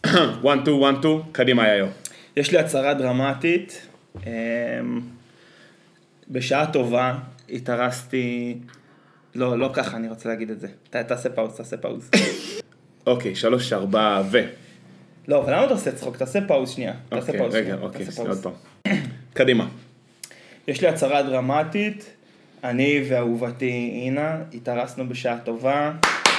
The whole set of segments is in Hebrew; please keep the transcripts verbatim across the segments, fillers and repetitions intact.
one, two, one, two, קדימה יאיו. יש לי הצהרה דרמטית. בשעה טובה התארסתי, לא, לא ככה אני רוצה להגיד את זה. תעשה פאוז, תעשה פאוז. אוקיי, שלוש, ארבע, ו... לא, אבל למה אתה עושה צחוק? תעשה פאוז שנייה. תעשה פאוז רגע, שנייה. אוקיי, עוד פעם. קדימה. יש לי הצהרה דרמטית. אני ואהובתי אינה התארסנו בשעה טובה.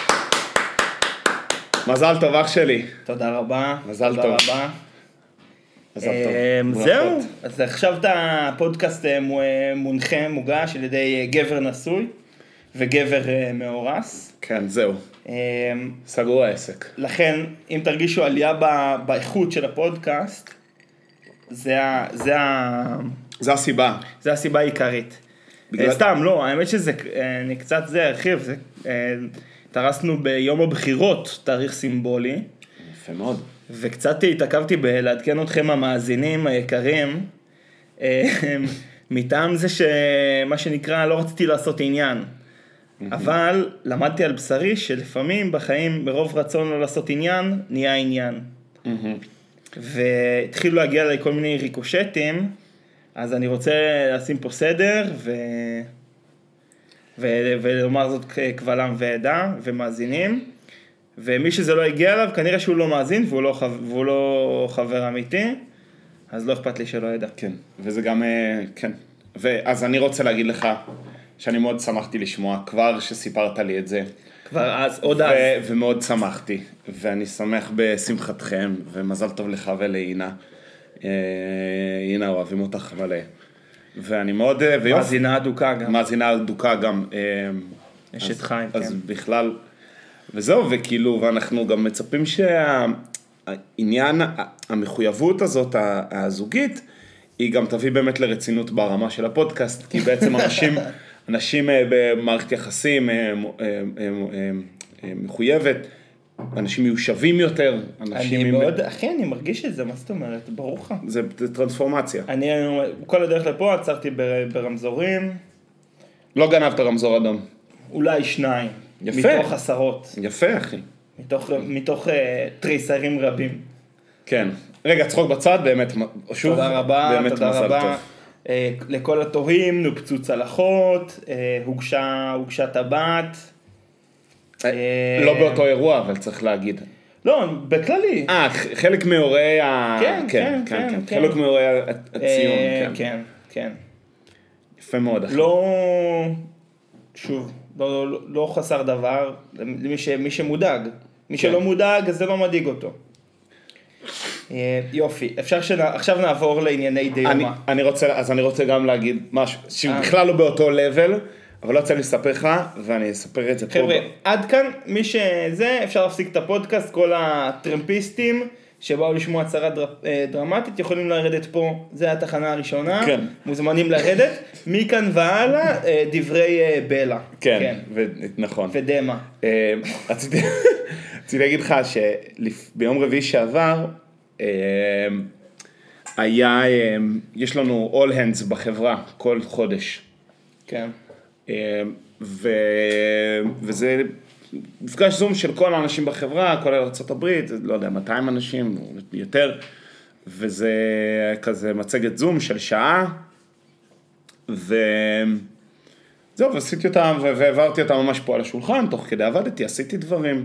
מזל טוב, אח שלי. תודה רבה. מזל תודה טוב. רבה. מזל טוב. זהו, אז עכשיו את הפודקאסט מונחה, מוגש על ידי גבר נשוי וגבר מאורס. כן, זהו. סגרו העסק. לכן, אם תרגישו עלייה באיכות של הפודקאסט, זה ה... זה ה... זה הסיבה. זה הסיבה העיקרית. בגלל... סתם, לא, האמת שזה, אני קצת זה הרחיב, זה... תרסנו ביום הבחירות, תאריך סימבולי. יפה מאוד. וקצת התעכבתי בלעדכן אתכם המאזינים היקרים, מטעם זה שמה שנקרא לא רציתי לעשות עניין, אבל למדתי על בשרי שלפעמים בחיים ברוב רצון לא לעשות עניין, נהיה עניין. והתחילו להגיע לי כל מיני ריקושטים, אז אני רוצה לשים פה סדר ו... ו... ולומר זאת קבלם ועדה ומאזינים. ומי שזה לא הגיע אליו, כנראה שהוא לא מאזין, והוא לא, חבר, והוא לא חבר אמיתי, אז לא אכפת לי שלא ידע. כן, וזה גם, כן. ואז אני רוצה להגיד לך, שאני מאוד שמחתי לשמוע, כבר שסיפרת לי את זה. כבר אז, עוד אז. ו- ומאוד שמחתי, ואני שמח בשמחתכם, ומזל טוב לך ולאינה. אינה, אוהבים אותך מלא. ואני מאוד, ויופי. מאזינה אדוקה גם. מאזינה אדוקה גם. יש את חיים, אז כן. בכלל... וזהו, וכאילו, ואנחנו גם מצפים שהעניין, המחויבות הזאת, הזוגית, היא גם תביא באמת לרצינות ברמה של הפודקאסט, כי בעצם אנשים, אנשים במערכת יחסים מחויבת, אנשים מיושבים יותר, אנשים... אני מאוד, אחי, אני מרגיש את זה, מה זאת אומרת? ברור לך. זה טרנספורמציה. אני, כל הדרך לפה עצרתי ברמזורים. לא גנבת רמזור אדום. אולי שניים. יפה. מתוך עשרות. יפה, אחי. מתוך, מתוך uh, תריסרים רבים. כן. רגע, צחוק בצד, באמת, שוב, תודה רבה, באמת תודה מזל רבה. טוב. Uh, לכל התורים, נופצו צלחות, uh, הוגשה, הוגשה טבעת. Uh, לא באותו אירוע, אבל צריך להגיד. לא, בכללי. אה, חלק מאירועי ה... כן, כן, כן. כן, כן. חלק מאירועי הציון, uh, כן. כן, כן. יפה מאוד, אחי. לא, שוב, לא, לא, לא חסר דבר, למי ש, מי שמודאג. מי כן. שלא מודאג, אז זה לא מדאיג אותו. יופי, אפשר שעכשיו נעבור לענייני דיומה. אני, אני רוצה, אז אני רוצה גם להגיד משהו, שבכלל לא באותו לבל, אבל לא רוצה לספר לך, ואני אספר את זה פה. חבר'ה, עד כאן, מי שזה, אפשר להפסיק את הפודקאסט, כל הטרמפיסטים שבאו לשמוע הצהרה דר, דרמטית, יכולים לרדת פה, זה התחנה הראשונה, כן. מוזמנים לרדת, מכאן והלאה, דברי בלה. כן, כן. ו, נכון. ודמה. רציתי, רציתי להגיד לך שביום רביעי שעבר, היה, יש לנו all hands בחברה, כל חודש. כן. ו... וזה מפגש זום של כל האנשים בחברה, כל ארצות הברית, לא יודע, מאתיים אנשים, או יותר, וזה כזה מצגת זום של שעה, וזהו, ועשיתי אותם, והעברתי אותם ממש פה על השולחן, תוך כדי עבדתי, עשיתי דברים,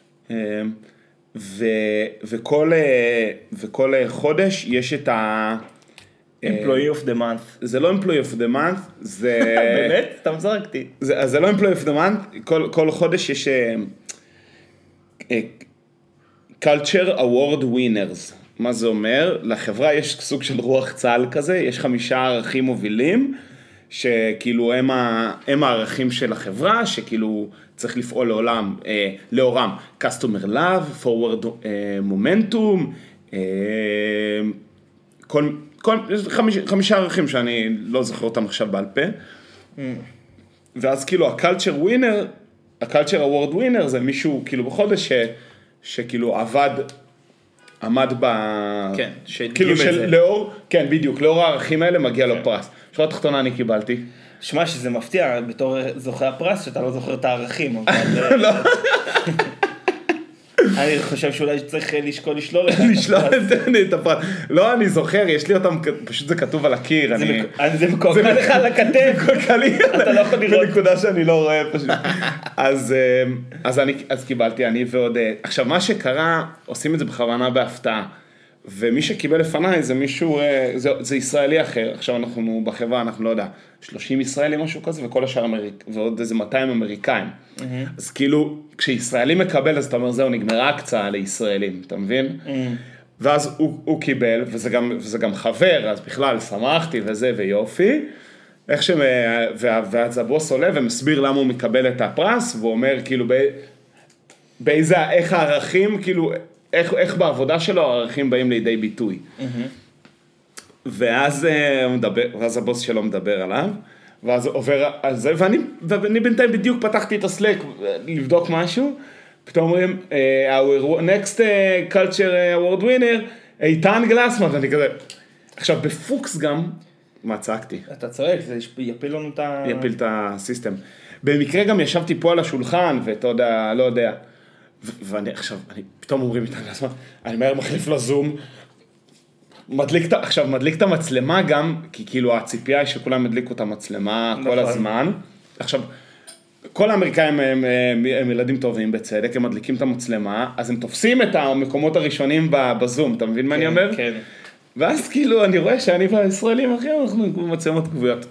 ו... וכל... וכל חודש יש את ה... Employee of the month. זה לא Employee of the month, זה... באמת? סתם זרקתי. זה, זה לא Employee of the month, כל, כל חודש יש uh, uh, Culture Award Winners. מה זה אומר? לחברה יש סוג של רוח צהל כזה, יש חמישה ערכים מובילים, שכאילו הם, ה, הם הערכים של החברה, שכאילו צריך לפעול לעולם, uh, לאורם. Customer Love, Forward uh, Momentum, uh, כל... כל, יש חמיש, חמישה ערכים שאני לא זוכר אותם עכשיו בעל פה. Mm. ואז כאילו הקלצ'ר ווינר, הקלצ'ר אוורד ווינר זה מישהו כאילו בחודש ש, שכאילו עבד, עמד ב... כן, כאילו של זה. לאור, כן בדיוק, לאור הערכים האלה מגיע כן. לו פרס. שורה תחתונה אני קיבלתי. שמע שזה מפתיע בתור זוכה הפרס שאתה לא זוכר את הערכים. אבל... לא. אני חושב שאולי צריך לשקול לשלול את לשלול את הפרט. לא, אני זוכר, יש לי אותם, פשוט זה כתוב על הקיר. זה מקורקע לך על הכתף. זה מקורקע לי. אתה לא יכול לראות. בנקודה שאני לא רואה פשוט. אז קיבלתי, אני ועוד... עכשיו, מה שקרה, עושים את זה בכוונה בהפתעה. ומי שקיבל לפניי זה מישהו, זה, זה ישראלי אחר. עכשיו אנחנו בחברה, אנחנו לא יודע, שלושים ישראלים משהו כזה, וכל השאר אמריק, ועוד איזה מאתיים אמריקאים. Mm-hmm. אז כאילו, כשישראלי מקבל, אז אתה אומר, זהו, נגמרה הקצאה לישראלים, אתה מבין? Mm-hmm. ואז הוא, הוא קיבל, וזה גם, וזה גם חבר, אז בכלל שמחתי וזה ויופי. איך ש... ואז הבוס עולה ומסביר למה הוא מקבל את הפרס, והוא אומר, כאילו, באיזה, איך הערכים, כאילו, איך, איך בעבודה שלו הערכים באים לידי ביטוי. Mm-hmm. ואז, הוא מדבר, ואז הבוס שלו מדבר עליו, ואז עובר על זה, ואני, ואני בינתיים בדיוק פתחתי את הסלק לבדוק משהו, פתאום אומרים, our next culture award winner, איתן גלסמן, ואני כזה, עכשיו בפוקס גם, מה צעקתי? אתה צועק, זה יפיל לנו את ה... יפיל את הסיסטם. במקרה גם ישבתי פה על השולחן, ואתה יודע, לא יודע, ואני עכשיו, אני פתאום אומרים איתן גלסמן, אני מהר מחליף לזום, מדליק, עכשיו מדליק את המצלמה גם, כי כאילו הציפייה היא שכולם מדליקו את המצלמה כל הזמן. עכשיו, כל האמריקאים הם, הם, הם ילדים טובים בצדק, הם מדליקים את המצלמה, אז הם תופסים את המקומות הראשונים בזום, אתה מבין מה אני אומר? כן. ואז כאילו אני רואה שאני והישראלים אחי, אנחנו מצלמות קבועות.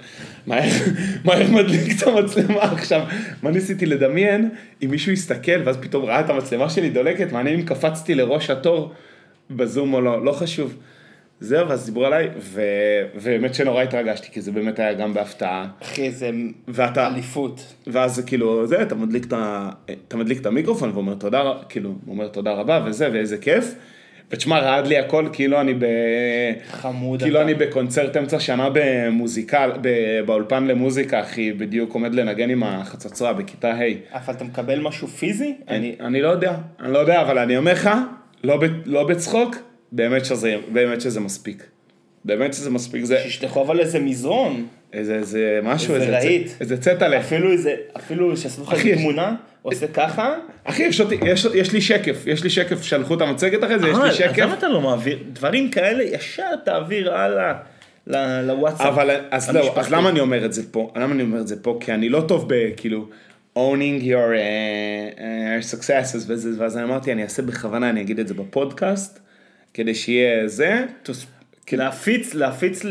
מהר מדליק את המצלמה עכשיו. מה ניסיתי לדמיין, אם מישהו יסתכל, ואז פתאום ראה את המצלמה שלי דולקת, מעניין אם קפצתי לראש התור בזום או לא, לא חשוב. זהו, ואז דיברו עליי, ובאמת שנורא התרגשתי, כי זה באמת היה גם בהפתעה. אחי, זה אליפות. ואז כאילו, זה, אתה מדליק את, אתה מדליק את המיקרופון, ואומר תודה, כאילו, הוא אומר תודה רבה, וזה, ואיזה כיף. ותשמע, רעד לי הכל, כאילו אני ב... חמוד. כאילו אני בקונצרט אמצע שנה במוזיקה, באולפן למוזיקה, אחי, בדיוק עומד לנגן עם החצוצרה בכיתה ה'. אבל אתה מקבל משהו פיזי? אני, אני לא יודע, אני לא יודע, אבל אני אומר לך, לא, לא בצחוק, באמת שזה, באמת שזה מספיק. באמת שזה מספיק. זה... שישלחו אבל איזה מזרון. איזה, איזה משהו, איזה רהיט. איזה צטלה. אפילו איזה, אפילו שעשו לך איזה תמונה, עושה ככה. אחי, יש, יש, יש לי שקף, יש לי שקף, שלחו את המצגת אחרי זה, יש לי שקף. אז למה אתה לא מעביר? דברים כאלה, ישר תעביר הלאה לוואטסאפ. אבל, אז לא, אז למה אני אומר את זה פה? למה אני אומר את זה פה? כי אני לא טוב בכאילו, owning your uh, uh, successes וזה, ואז אני אמרתי, אני אעשה בכוונה, אני אגיד את זה בפודקאסט, כדי שיהיה זה. להפיץ, להפיץ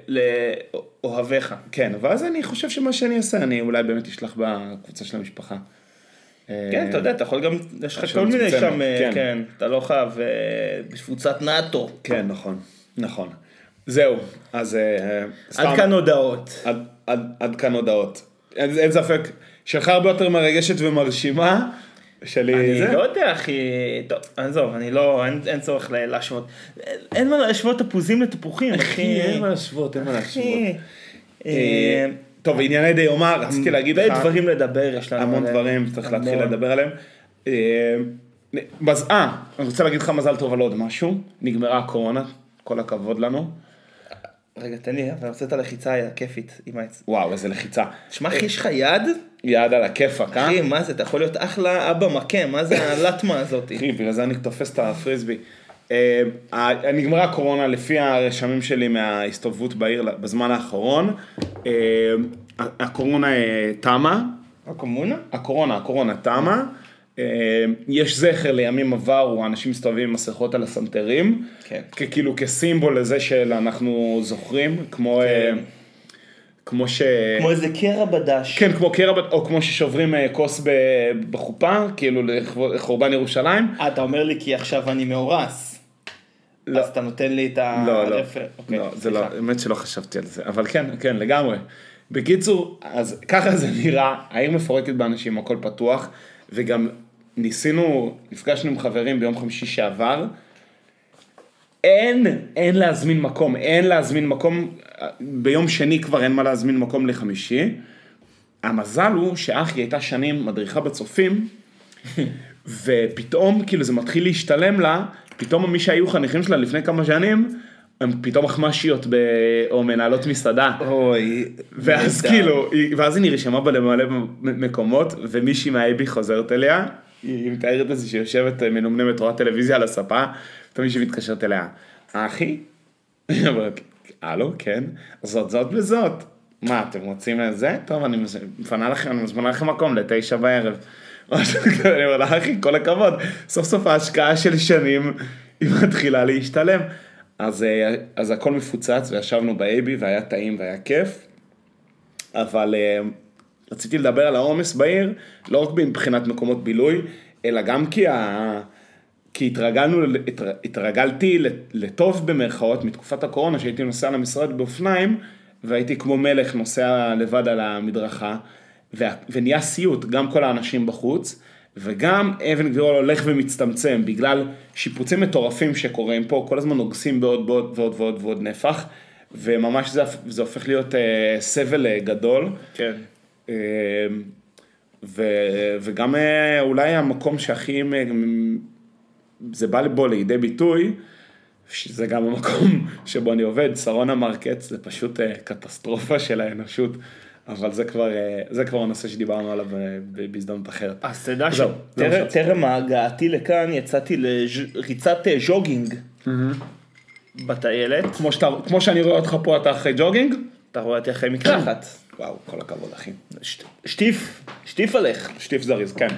לאוהביך. כן, ואז אני חושב שמה שאני אעשה, אני אולי באמת אשלח בקבוצה של המשפחה. כן, אתה יודע, אתה יכול גם, יש לך כל מיני שם, כן, אתה לא חייב, בקבוצת נאטו. כן, נכון, נכון. זהו, אז... עד כאן הודעות. עד כאן הודעות. אין ספק, שלך הרבה יותר מרגשת ומרשימה, שלי אני זה? לא יודע, אחי, טוב, עזוב, אני לא, אין צורך להשוות. אין מה להשוות תפוזים לתפוחים, אחי. אין מה להשוות, אין מה להשוות. טוב, ענייני דיומא, רציתי להגיד לך... דברים לדבר, יש לנו... המון דברים, צריך להתחיל לדבר עליהם. אז אה, אני רוצה להגיד לך מזל טוב על עוד משהו. נגמרה הקורונה, כל הכבוד לנו. רגע, תן לי, אבל רוצה את הלחיצה הכיפית עם העץ. וואו, איזה לחיצה. תשמע, אחי, יש לך יד? יד על הכיפק, אה? אחי, מה זה? אתה יכול להיות אחלה אבא מכה, מה זה הלטמה הזאת? אחי, בגלל זה אני תופס את הפריסבי. נגמרה הקורונה לפי הרשמים שלי מההסתובבות בעיר בזמן האחרון. הקורונה תמה. הקומונה? הקורונה, הקורונה תמה. יש זכר לימים עברו, אנשים מסתובבים עם מסכות על הסנטרים. כן. כאילו כסימבול לזה שאנחנו זוכרים, כמו... כמו ש... כמו איזה קרע בדש. כן, כמו קרע בדש, או כמו ששוברים כוס בחופה, כאילו לחורבן ירושלים. אתה אומר לי כי עכשיו אני מאורס. לא. אז אתה נותן לי את ה... לא, לא. לא, זה לא, האמת שלא חשבתי על זה, אבל כן, כן, לגמרי. בקיצור, אז ככה זה נראה, העיר מפורקת באנשים, הכל פתוח, וגם ניסינו, נפגשנו עם חברים ביום חמישי שעבר, אין, אין להזמין מקום, אין להזמין מקום, ביום שני כבר אין מה להזמין מקום לחמישי. המזל הוא שאחי הייתה שנים מדריכה בצופים, ופתאום כאילו זה מתחיל להשתלם לה, פתאום מי שהיו חניכים שלה לפני כמה שנים, הם פתאום אחמשיות או מנהלות מסעדה. אוי. ואז כאילו, ואז היא נרשמה בה למלא מקומות, ומישהי מהאייבי חוזרת אליה, היא מתארת את זה שהיא יושבת מנומנמת רואה טלוויזיה על הספה, תמיד שהיא מתקשרת אליה, אחי? היא אומרת, הלו, כן, זאת זאת וזאת. מה, אתם רוצים לזה? טוב, אני מפנה לכם, אני מזמנה לכם מקום לתשע בערב. אני אומר לה, אחי, כל הכבוד, סוף סוף ההשקעה של שנים, היא מתחילה להשתלם. אז, אז הכל מפוצץ, וישבנו באייבי, והיה טעים והיה כיף. אבל רציתי לדבר על העומס בעיר, לא רק מבחינת מקומות בילוי, אלא גם כי, ה... כי התרגלנו, התרגלתי לטוב במרכאות מתקופת הקורונה, שהייתי נוסע למשרד באופניים, והייתי כמו מלך נוסע לבד על המדרכה, ונהיה סיוט, גם כל האנשים בחוץ, וגם אבן גבירול הולך ומצטמצם, בגלל שיפוצים מטורפים שקורים פה, כל הזמן נוגסים בעוד ועוד ועוד ועוד ועוד נפח, וממש זה, זה הופך להיות אה, סבל אה, גדול. כן. אה, ו, וגם אה, אולי המקום שהכי, אה, זה בא לבוא לידי ביטוי, שזה גם המקום שבו אני עובד, שרונה מרקט, זה פשוט אה, קטסטרופה של האנושות. אבל זה כבר, זה כבר הנושא שדיברנו עליו בהזדמנות אחרת. אז תדע שטרם הגעתי לכאן יצאתי לריצת ז'וגינג בטיילת. כמו שאני רואה אותך פה, אתה אחרי ג'וגינג? אתה רואה אותי אחרי מקלחת. וואו, כל הכבוד אחי. שטיף, שטיף עליך. שטיף זריז, כן.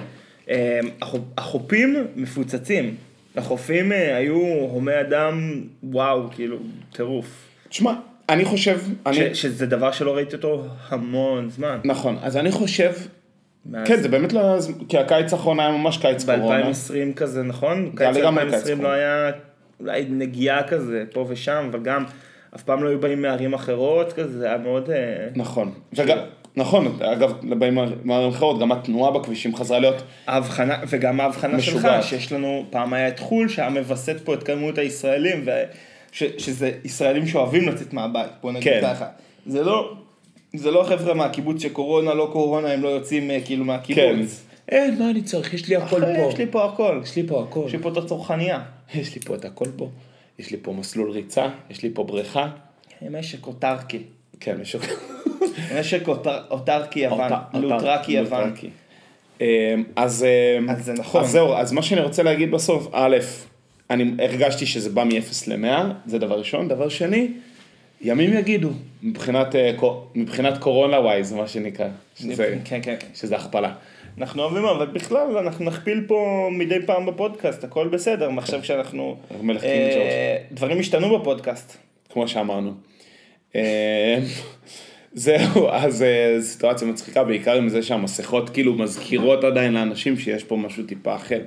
החופים מפוצצים. החופים היו הומי אדם, וואו, כאילו, טירוף. תשמע, אני חושב... אני... שזה דבר שלא ראיתי אותו המון זמן. נכון, אז אני חושב... מאז... כן, זה באמת לא... כי הקיץ האחרון היה ממש קיץ קורונה. ב-אלפיים ועשרים כזה, נכון? קיץ אלפיים ועשרים לא היה אולי נגיעה כזה, פה ושם, אבל גם אף פעם לא היו באים מערים אחרות כזה, זה היה מאוד... נכון. וגם... נכון, אגב, באים מערים אחרות, גם התנועה בכבישים חזרה להיות... ההבחנה, וגם ההבחנה שלך, שיש לנו... פעם היה את חול, שהיה מבסט פה את כמות הישראלים, ו... ש, שזה ישראלים שאוהבים לצאת מהבית, בוא נגיד כן. ככה. זה לא, זה לא חבר'ה מהקיבוץ שקורונה, לא קורונה, הם לא יוצאים כאילו מהקיבוץ. כן. אין, מה אני צריך? יש לי הכל פה. יש לי פה הכל. יש לי פה הכל. יש לי פה את הצרכניה. יש לי פה את הכל פה. יש לי פה מסלול ריצה, יש לי פה בריכה. משק אוטרקי. כן, משק. משק אוטרקי יוון, לוטרקי יוון. אז זה נכון. אז זהו, אז מה שאני רוצה להגיד בסוף, א', אני הרגשתי שזה בא מ-אפס ל-מאה, זה דבר ראשון. דבר שני, ימים יגידו, מבחינת, מבחינת קורונה ווייז, מה שנקרא. שזה, כן, כן. שזה הכפלה. אנחנו אוהבים, אבל בכלל אנחנו נכפיל פה מדי פעם בפודקאסט, הכל בסדר, מחשב שאנחנו... דברים השתנו בפודקאסט. כמו שאמרנו. זהו, אז סיטואציה מצחיקה, בעיקר עם זה שהמסכות כאילו מזכירות עדיין לאנשים שיש פה משהו טיפה אחר.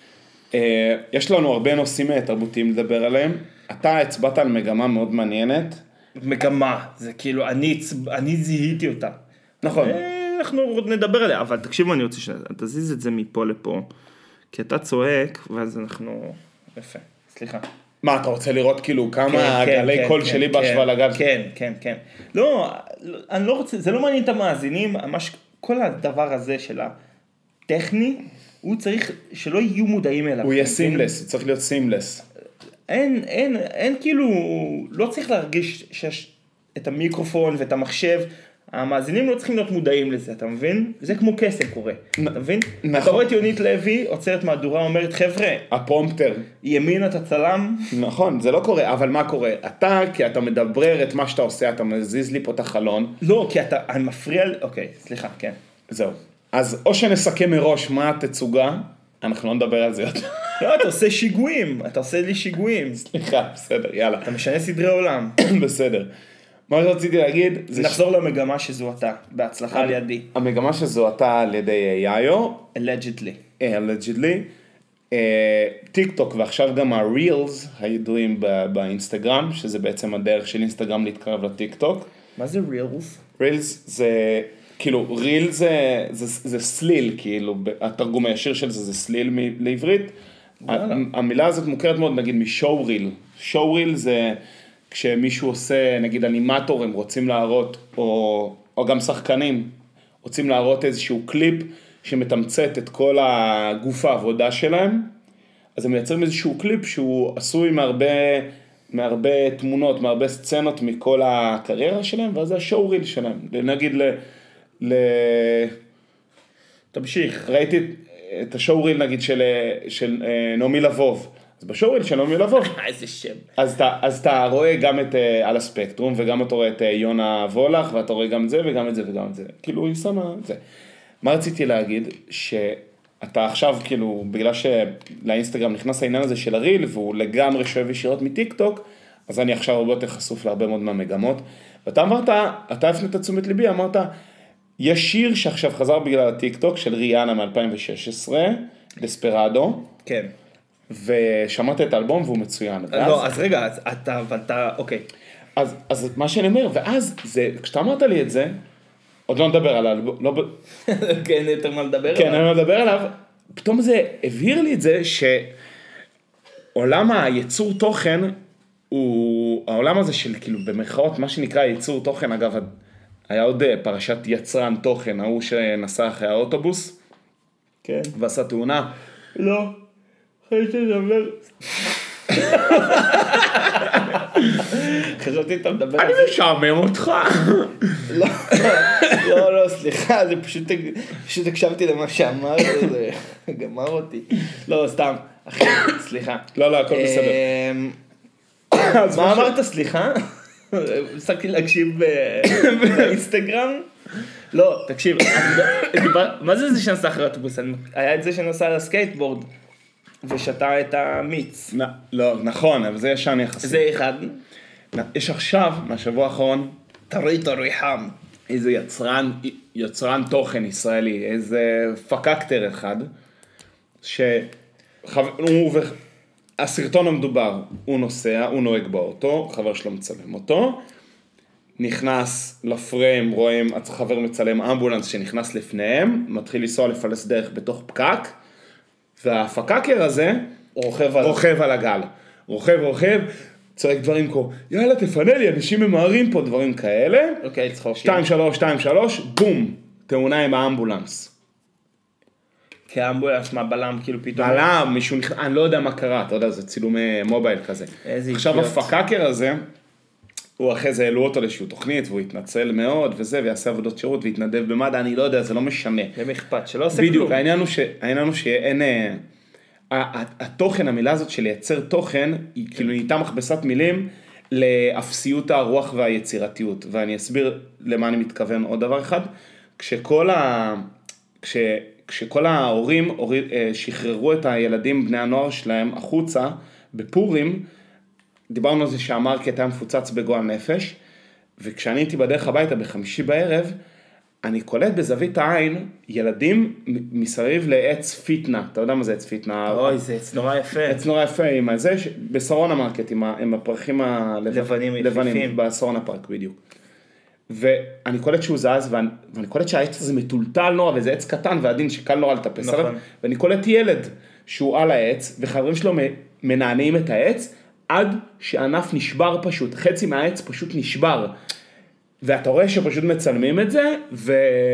יש לנו הרבה נושאים תרבותיים לדבר עליהם. אתה הצבעת על מגמה מאוד מעניינת. מגמה, זה כאילו, אני, אני זיהיתי אותה. נכון. אנחנו נדבר עליה, אבל תקשיבו, אני רוצה שתזיז את זה מפה לפה, כי אתה צועק, ואז אנחנו... יפה, סליחה. מה, אתה רוצה לראות כאילו כמה גלי קול שלי בהשוואה לגל? כן, כן, כן. לא, אני לא רוצה, זה לא מעניין את המאזינים, ממש כל הדבר הזה של הטכני, הוא צריך שלא יהיו מודעים אליו. הוא יהיה סימלס, הוא צריך להיות סימלס. אין, אין, אין כאילו, לא צריך להרגיש שיש את המיקרופון ואת המחשב, המאזינים לא צריכים להיות מודעים לזה, אתה מבין? זה כמו קסם קורה, אתה מבין? אתה רואה את יונית לוי, עוצרת מהדורה, אומרת, חבר'ה, הפרומפטר. ימין אתה צלם. נכון, זה לא קורה, אבל מה קורה? אתה, כי אתה מדברר את מה שאתה עושה, אתה מזיז לי פה את החלון. לא, כי אתה, אני מפריע, אוקיי, סליחה, כן. זהו. אז או שנסכם מראש מה התצוגה, אנחנו לא נדבר על זה יותר. לא, אתה עושה שיגועים, אתה עושה לי שיגועים. סליחה, בסדר, יאללה. אתה משנה סדרי עולם. בסדר. מה שרציתי להגיד, נחזור למגמה שזו אתה, בהצלחה על ידי. המגמה שזו אתה על ידי יאיו. allegedly. allegedly. טיק טוק ועכשיו גם הרילס הידועים באינסטגרם, שזה בעצם הדרך של אינסטגרם להתקרב לטיק טוק. מה זה רילס? רילס זה, כאילו, ריל זה, זה, זה סליל, כאילו, התרגום הישיר של זה זה סליל לעברית. המילה הזאת מוכרת מאוד, נגיד, משואו ריל. שואו ריל זה... כשמישהו עושה, נגיד אנימטור, הם רוצים להראות, או, או גם שחקנים, רוצים להראות איזשהו קליפ שמתמצת את כל הגוף העבודה שלהם, אז הם מייצרים איזשהו קליפ שהוא עשוי מהרבה, מהרבה תמונות, מהרבה סצנות מכל הקריירה שלהם, ואז זה השואו ריל שלהם. נגיד ל... ל... תמשיך. ראיתי, את השואוריל נגיד של, של נעמי לבוב, אז בשואוריל של נעמי לבוב, איזה שם. אז אתה, אז אתה רואה גם את על הספקטרום, וגם אתה רואה את יונה וולך, ואתה רואה גם את זה, וגם את זה, וגם את זה, כאילו היא שמה את זה. מה רציתי להגיד? שאתה עכשיו כאילו, בגלל שלאינסטגרם נכנס העניין הזה של הריל, והוא לגמרי שואב ישירות מטיק טוק, אז אני עכשיו הרבה יותר חשוף להרבה מאוד מהמגמות, ואתה אמרת, אתה הפנית את תשומת ליבי, אמרת, יש שיר שעכשיו חזר בגלל הטיק טוק של ריאנה מ-אלפיים ושש עשרה, דספרדו. כן. ושמעת את האלבום והוא מצוין. לא, אז רגע, אתה, אתה, אוקיי. אז, אז מה שאני אומר, ואז זה, כשאתה אמרת לי את זה, עוד לא נדבר על האלבום, לא... כן, יותר מה לדבר עליו. כן, אני לא נדבר עליו, פתאום זה הבהיר לי את זה, שעולם היצור תוכן, הוא, העולם הזה של כאילו במרכאות, מה שנקרא יצור תוכן, אגב, היה עוד פרשת יצרן תוכן, ההוא שנסע אחרי האוטובוס, כן. ועשה תאונה. לא, חייתי לדבר. חשבתי אתה מדבר. אני משעמם אותך. לא, לא, לא, סליחה, זה פשוט הקשבתי למה שאמרת, זה גמר אותי. לא, סתם, אחי, סליחה. לא, לא, הכל בסדר. מה אמרת, סליחה? הפסקתי להקשיב באינסטגרם? לא, תקשיב, מה זה זה שנסע אחרי האוטובוס? היה את זה שנסע על הסקייטבורד ושתה את המיץ. לא, נכון, אבל זה ישן יחסי. זה אחד. יש עכשיו, מהשבוע האחרון, טרי טרי חם. איזה יצרן, יצרן תוכן ישראלי, איזה פקקטר אחד, שהוא... הסרטון המדובר, הוא נוסע, הוא נוהג באוטו, חבר שלו מצלם אותו, נכנס לפריים, רואים, חבר מצלם אמבולנס שנכנס לפניהם, מתחיל לנסוע לפלס דרך בתוך פקק, והפקקר הזה רוכב על, רוכב על הגל, רוכב, רוכב, צועק דברים כמו, יאללה תפנה לי, אנשים ממהרים פה, דברים כאלה, אוקיי, צחוק. שתיים, שלוש, שתיים, שלוש, בום, תאונה עם האמבולנס. כאמבולנס, מה בלם, כאילו פתאום... בלם, מישהו נכנס, אני לא יודע מה קרה, אתה יודע, זה צילומי מובייל כזה. עכשיו הפקקר הזה, הוא אחרי זה העלו אותו לאיזושהי תוכנית, והוא התנצל מאוד וזה, ויעשה עבודות שירות, והתנדב במד"א, אני לא יודע, זה לא משנה. זה אכפת, שלא עושה כלום. בדיוק, העניין הוא שאין... התוכן, המילה הזאת של לייצר תוכן, היא כאילו נהייתה מכבסת מילים לאפסיות הרוח והיצירתיות, ואני אסביר למה אני מתכוון עוד דבר אחד, כשכל ה... כש... כשכל ההורים שחררו את הילדים בני הנוער שלהם החוצה בפורים, דיברנו על זה שהמרקט היה מפוצץ בגועל נפש, וכשאני הייתי בדרך הביתה בחמישי בערב, אני קולט בזווית העין ילדים מסביב לעץ פיטנה, אתה יודע מה זה עץ פיטנה? אוי, זה עץ נורא יפה. עץ נורא יפה, עם זה, בסרון המרקט, עם הפרחים הלבנים, בסרון הפארק בדיוק. ואני קולט שהוא זז, ואני, ואני קולט שהעץ הזה מטולטל נורא, וזה עץ קטן ועדין שקל נורא לטפס עליו, ואני קולט ילד שהוא על העץ, וחברים שלו מנענעים את העץ, עד שענף נשבר פשוט, חצי מהעץ פשוט נשבר, ואתה רואה שפשוט מצלמים את זה, ו...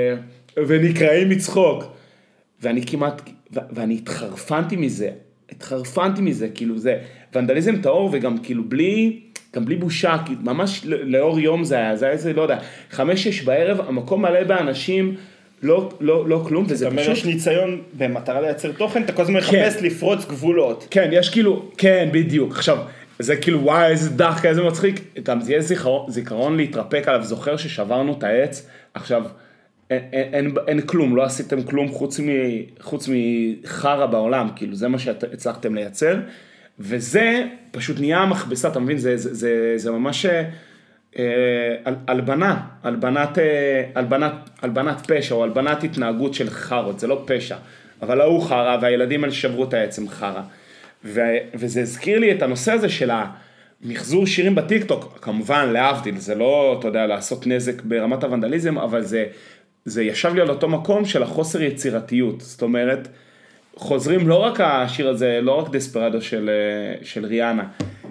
ונקראים מצחוק, ואני כמעט, ו... ואני התחרפנתי מזה, התחרפנתי מזה, כאילו זה ונדליזם טהור, וגם כאילו בלי... גם בלי בושה, כי ממש לאור יום זה היה, זה היה איזה, לא יודע, חמש, שש בערב, המקום מלא באנשים, לא, לא, לא כלום, וזה פשוט... זאת אומרת, יש ניסיון במטרה לייצר תוכן, אתה כל הזמן מחפש לפרוץ גבולות. כן, יש כאילו, כן, בדיוק, עכשיו, זה כאילו, וואי, איזה דחקה, איזה מצחיק, גם זה יהיה זיכרון, זיכרון להתרפק עליו, זוכר ששברנו את העץ, עכשיו, אין, אין, אין, אין כלום, לא עשיתם כלום חוץ מ, חוץ מחרה בעולם, כאילו, זה מה שהצלחתם לייצר, וזה פשוט נהיה מכבסה, אתה מבין, זה, זה, זה, זה ממש אה, הלבנה, הלבנת, אה, הלבנת, הלבנת פשע, או הלבנת התנהגות של חרות, זה לא פשע, אבל הוא חרה, והילדים האלה שברו את העצם חרה, ו, וזה הזכיר לי את הנושא הזה של המחזור שירים בטיקטוק, כמובן להבדיל, זה לא, אתה יודע, לעשות נזק ברמת הוונדליזם, אבל זה, זה ישב לי על אותו מקום של החוסר יצירתיות, זאת אומרת, חוזרים לא רק השיר הזה, לא רק דספרדו של, של ריאנה.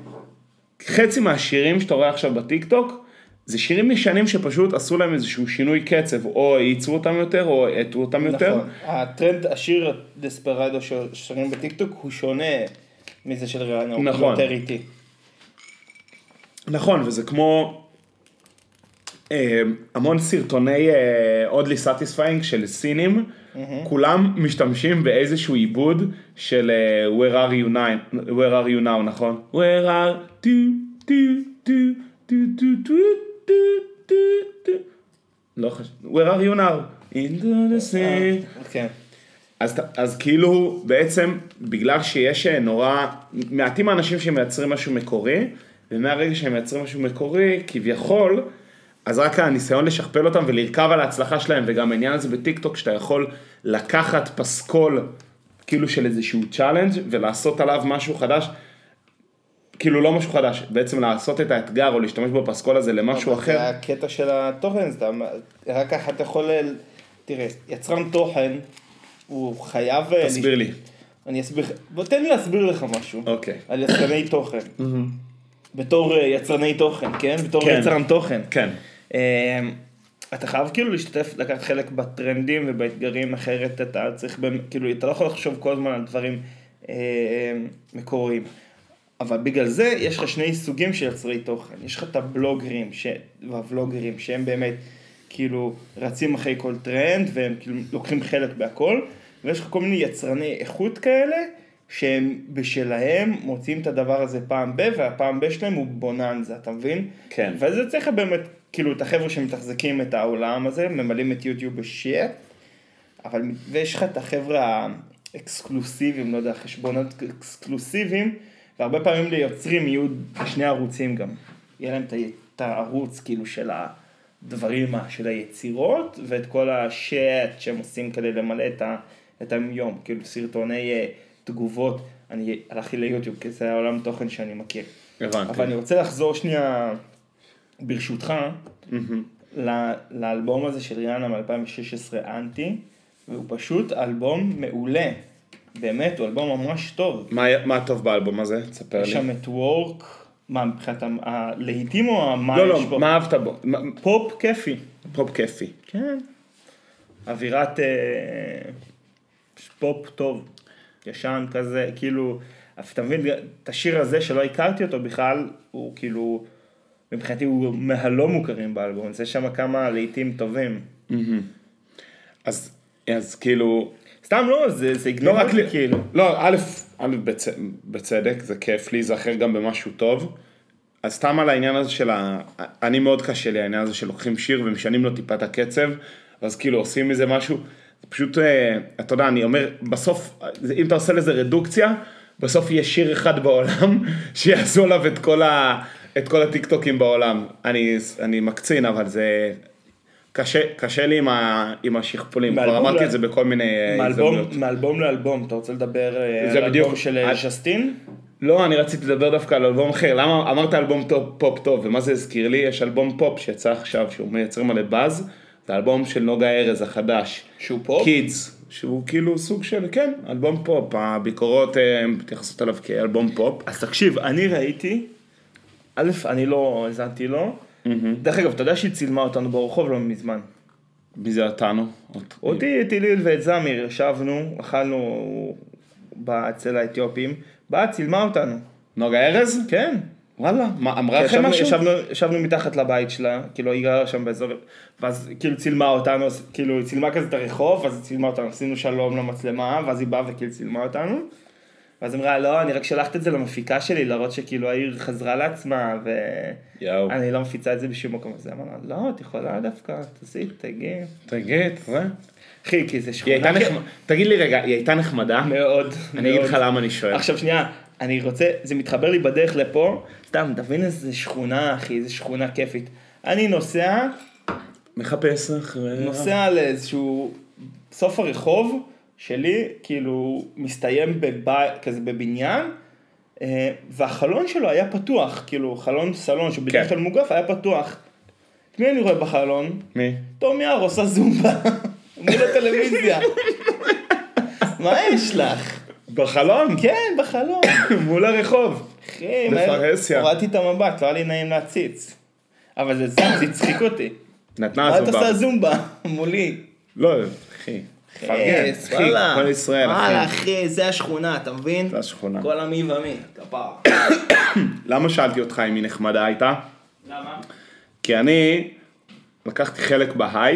חצי מהשירים שאתה רואה עכשיו בטיקטוק, זה שירים ישנים שפשוט עשו להם איזשהו שינוי קצב, או ייצרו אותם יותר, או עטו אותם יותר. נכון. הטרנד, השיר דספרדו של שירים בטיקטוק, הוא שונה מזה של ריאנה, הוא יותר איטי. נכון, וזה כמו... המון סרטוני אודלי סטיספיינג של סינים, כולם משתמשים באיזשהו עיבוד של Where are you now, Where are you now, נכון? Where are do do do do do do do do do לא חשוב, Where are you now? Into the sea. כן. אז, אז כאילו בעצם בגלל שיש נורא, מעטים האנשים שמייצרים משהו מקורי, ומהרגע שהם מייצרים משהו מקורי, כביכול, אז רק הניסיון לשכפל אותם ולרכב על ההצלחה שלהם, וגם העניין הזה בטיקטוק, שאתה יכול לקחת פסקול, כאילו של איזשהו צ'אלנג' ולעשות עליו משהו חדש, כאילו לא משהו חדש, בעצם לעשות את האתגר או להשתמש בפסקול הזה למשהו אחר. זה הקטע של התוכן, זה, רק ככה אתה יכול, תראה, יצרן תוכן, הוא חייב... תסביר לי. אני אסביר, בוא תן לי להסביר לך משהו. אוקיי. על יצרני תוכן. בתור יצרני תוכן, כן? בתור יצרן תוכן. כן. אתה חייב כאילו להשתתף, לקחת חלק בטרנדים ובאתגרים, אחרת אתה צריך, כאילו, אתה לא יכול לחשוב כל הזמן על דברים מקוריים. אבל בגלל זה יש לך שני סוגים של יצרי תוכן. יש לך את הבלוגרים והבלוגרים שהם באמת כאילו רצים אחרי כל טרנד והם כאילו לוקחים חלק בהכל, ויש לך כל מיני יצרני איכות כאלה שהם בשלהם מוצאים את הדבר הזה פעם ב, והפעם ב שלהם הוא בוננזה, אתה מבין? כן. וזה צריך באמת כאילו את החבר'ה שמתחזקים את העולם הזה, ממלאים את יוטיוב בשיט, אבל ויש לך את החבר'ה האקסקלוסיביים, לא יודע, חשבונות אקסקלוסיביים, והרבה פעמים ליוצרים יהיו בשני ערוצים גם. יהיה להם את הערוץ כאילו של הדברים, של היצירות, ואת כל השאט שהם עושים כדי למלא את, ה, את היום, כאילו סרטוני תגובות. אני הלכתי ליוטיוב, כי זה העולם תוכן שאני מכיר. הבנתי. אבל אני רוצה לחזור שנייה, ברשותך, mm-hmm. לאלבום הזה של ריאנה מ-אלפיים ושש עשרה, אנטי, והוא פשוט אלבום מעולה. באמת, הוא אלבום ממש טוב. מה, מה טוב באלבום הזה? תספר לי. יש שם את וורק, מה, מבחינת הלהיטים או מה לא, יש לא, בו? מה אהבת בו? פופ כיפי. פופ כיפי. כן. אווירת אה, פופ טוב, ישן כזה, כאילו, אתה מבין, את השיר הזה שלא הכרתי אותו בכלל, הוא כאילו, מבחינתי הוא מהלא מוכרים באלבום, יש שם כמה להיטים טובים. אז, אז כאילו... סתם לא, זה, זה יגנוב אותי לי, כאילו. לא, א', א' בצ, בצדק, זה כיף לי, זה אחר גם במשהו טוב. אז סתם על העניין הזה של ה... אני מאוד קשה לי העניין הזה שלוקחים שיר ומשנים לו טיפה את הקצב, אז כאילו עושים מזה משהו, זה פשוט, אתה יודע, אני אומר, בסוף, אם אתה עושה לזה רדוקציה, בסוף יהיה שיר אחד בעולם, שיעשו עליו את כל, ה, את כל הטיקטוקים בעולם. אני, אני מקצין, אבל זה... קשה, קשה לי עם, ה, עם השכפולים, כבר אמרתי ל... את זה בכל מיני הזדמנויות. מאלבום לאלבום, אתה רוצה לדבר על אלבום של על... ז'סטין? לא, אני רציתי לדבר דווקא על אלבום אחר, למה אמרת אלבום טופ, פופ טוב, ומה זה הזכיר לי? יש אלבום פופ שיצא עכשיו, שהוא מייצר מלא באז, זה אלבום של נוגה ארז החדש. שהוא פופ? קידס, שהוא כאילו סוג של, כן, אלבום פופ, הביקורות מתייחסות עליו כאלבום פופ. אז תקשיב, אני ראיתי, א', אני לא הזנתי לו, דרך אגב, אתה יודע שהיא צילמה אותנו ברחוב לא מזמן. מי זה אותנו? אותי, את איליל ואת זמיר, ישבנו, אכלנו אצל האתיופים, באה, צילמה אותנו. נוגה ארז? כן. וואלה, מה, אמרה לכם משהו? ישבנו, ישבנו מתחת לבית שלה, כאילו היא גרה שם באזור, ואז כאילו צילמה אותנו, כאילו היא צילמה כזה את הרחוב, אז היא צילמה אותנו, עשינו שלום למצלמה, ואז היא באה וכאילו צילמה אותנו. ואז אמרה, לא, אני רק שלחת את זה למפיקה שלי, להראות שכאילו העיר חזרה לעצמה, ואני לא מפיצה את זה בשום מקום. אז היא אמרה, לא, את יכולה דווקא, תעשי, תגיד. תגיד, זה? אחי, כי זה שכונה. תגיד לי רגע, היא הייתה נחמדה? מאוד. אני אגיד לך למה אני שואל. עכשיו שנייה, אני רוצה, זה מתחבר לי בדרך לפה, סתם, תבין איזה שכונה, אחי, איזה שכונה כיפית. אני נוסע, מחפש אחרי... נוסע לאיזשהו סוף הרחוב, שלי, כאילו, מסתיים בבית, כזה בבניין, והחלון שלו היה פתוח, כאילו, חלון סלון שבדרך כלל מוגף היה פתוח. את מי אני רואה בחלון? מי? תומי הר עושה זומבה, מול הטלוויזיה. מה יש לך? בחלון? כן, בחלון. מול הרחוב. אחי, בפרהסיה. הורדתי את המבט, לא היה לי נעים להציץ. אבל זה צחיק אותי. נתנה זומבה. מה אתה עושה זומבה? מולי. לא, אחי. פרגן, אחי, כל ישראל, אחי. וואלה, אחי, זה השכונה, אתה מבין? זה השכונה. כל המי ומי, כפר. למה שאלתי אותך אם היא נחמדה הייתה? למה? כי אני, לקחתי חלק בהייפ,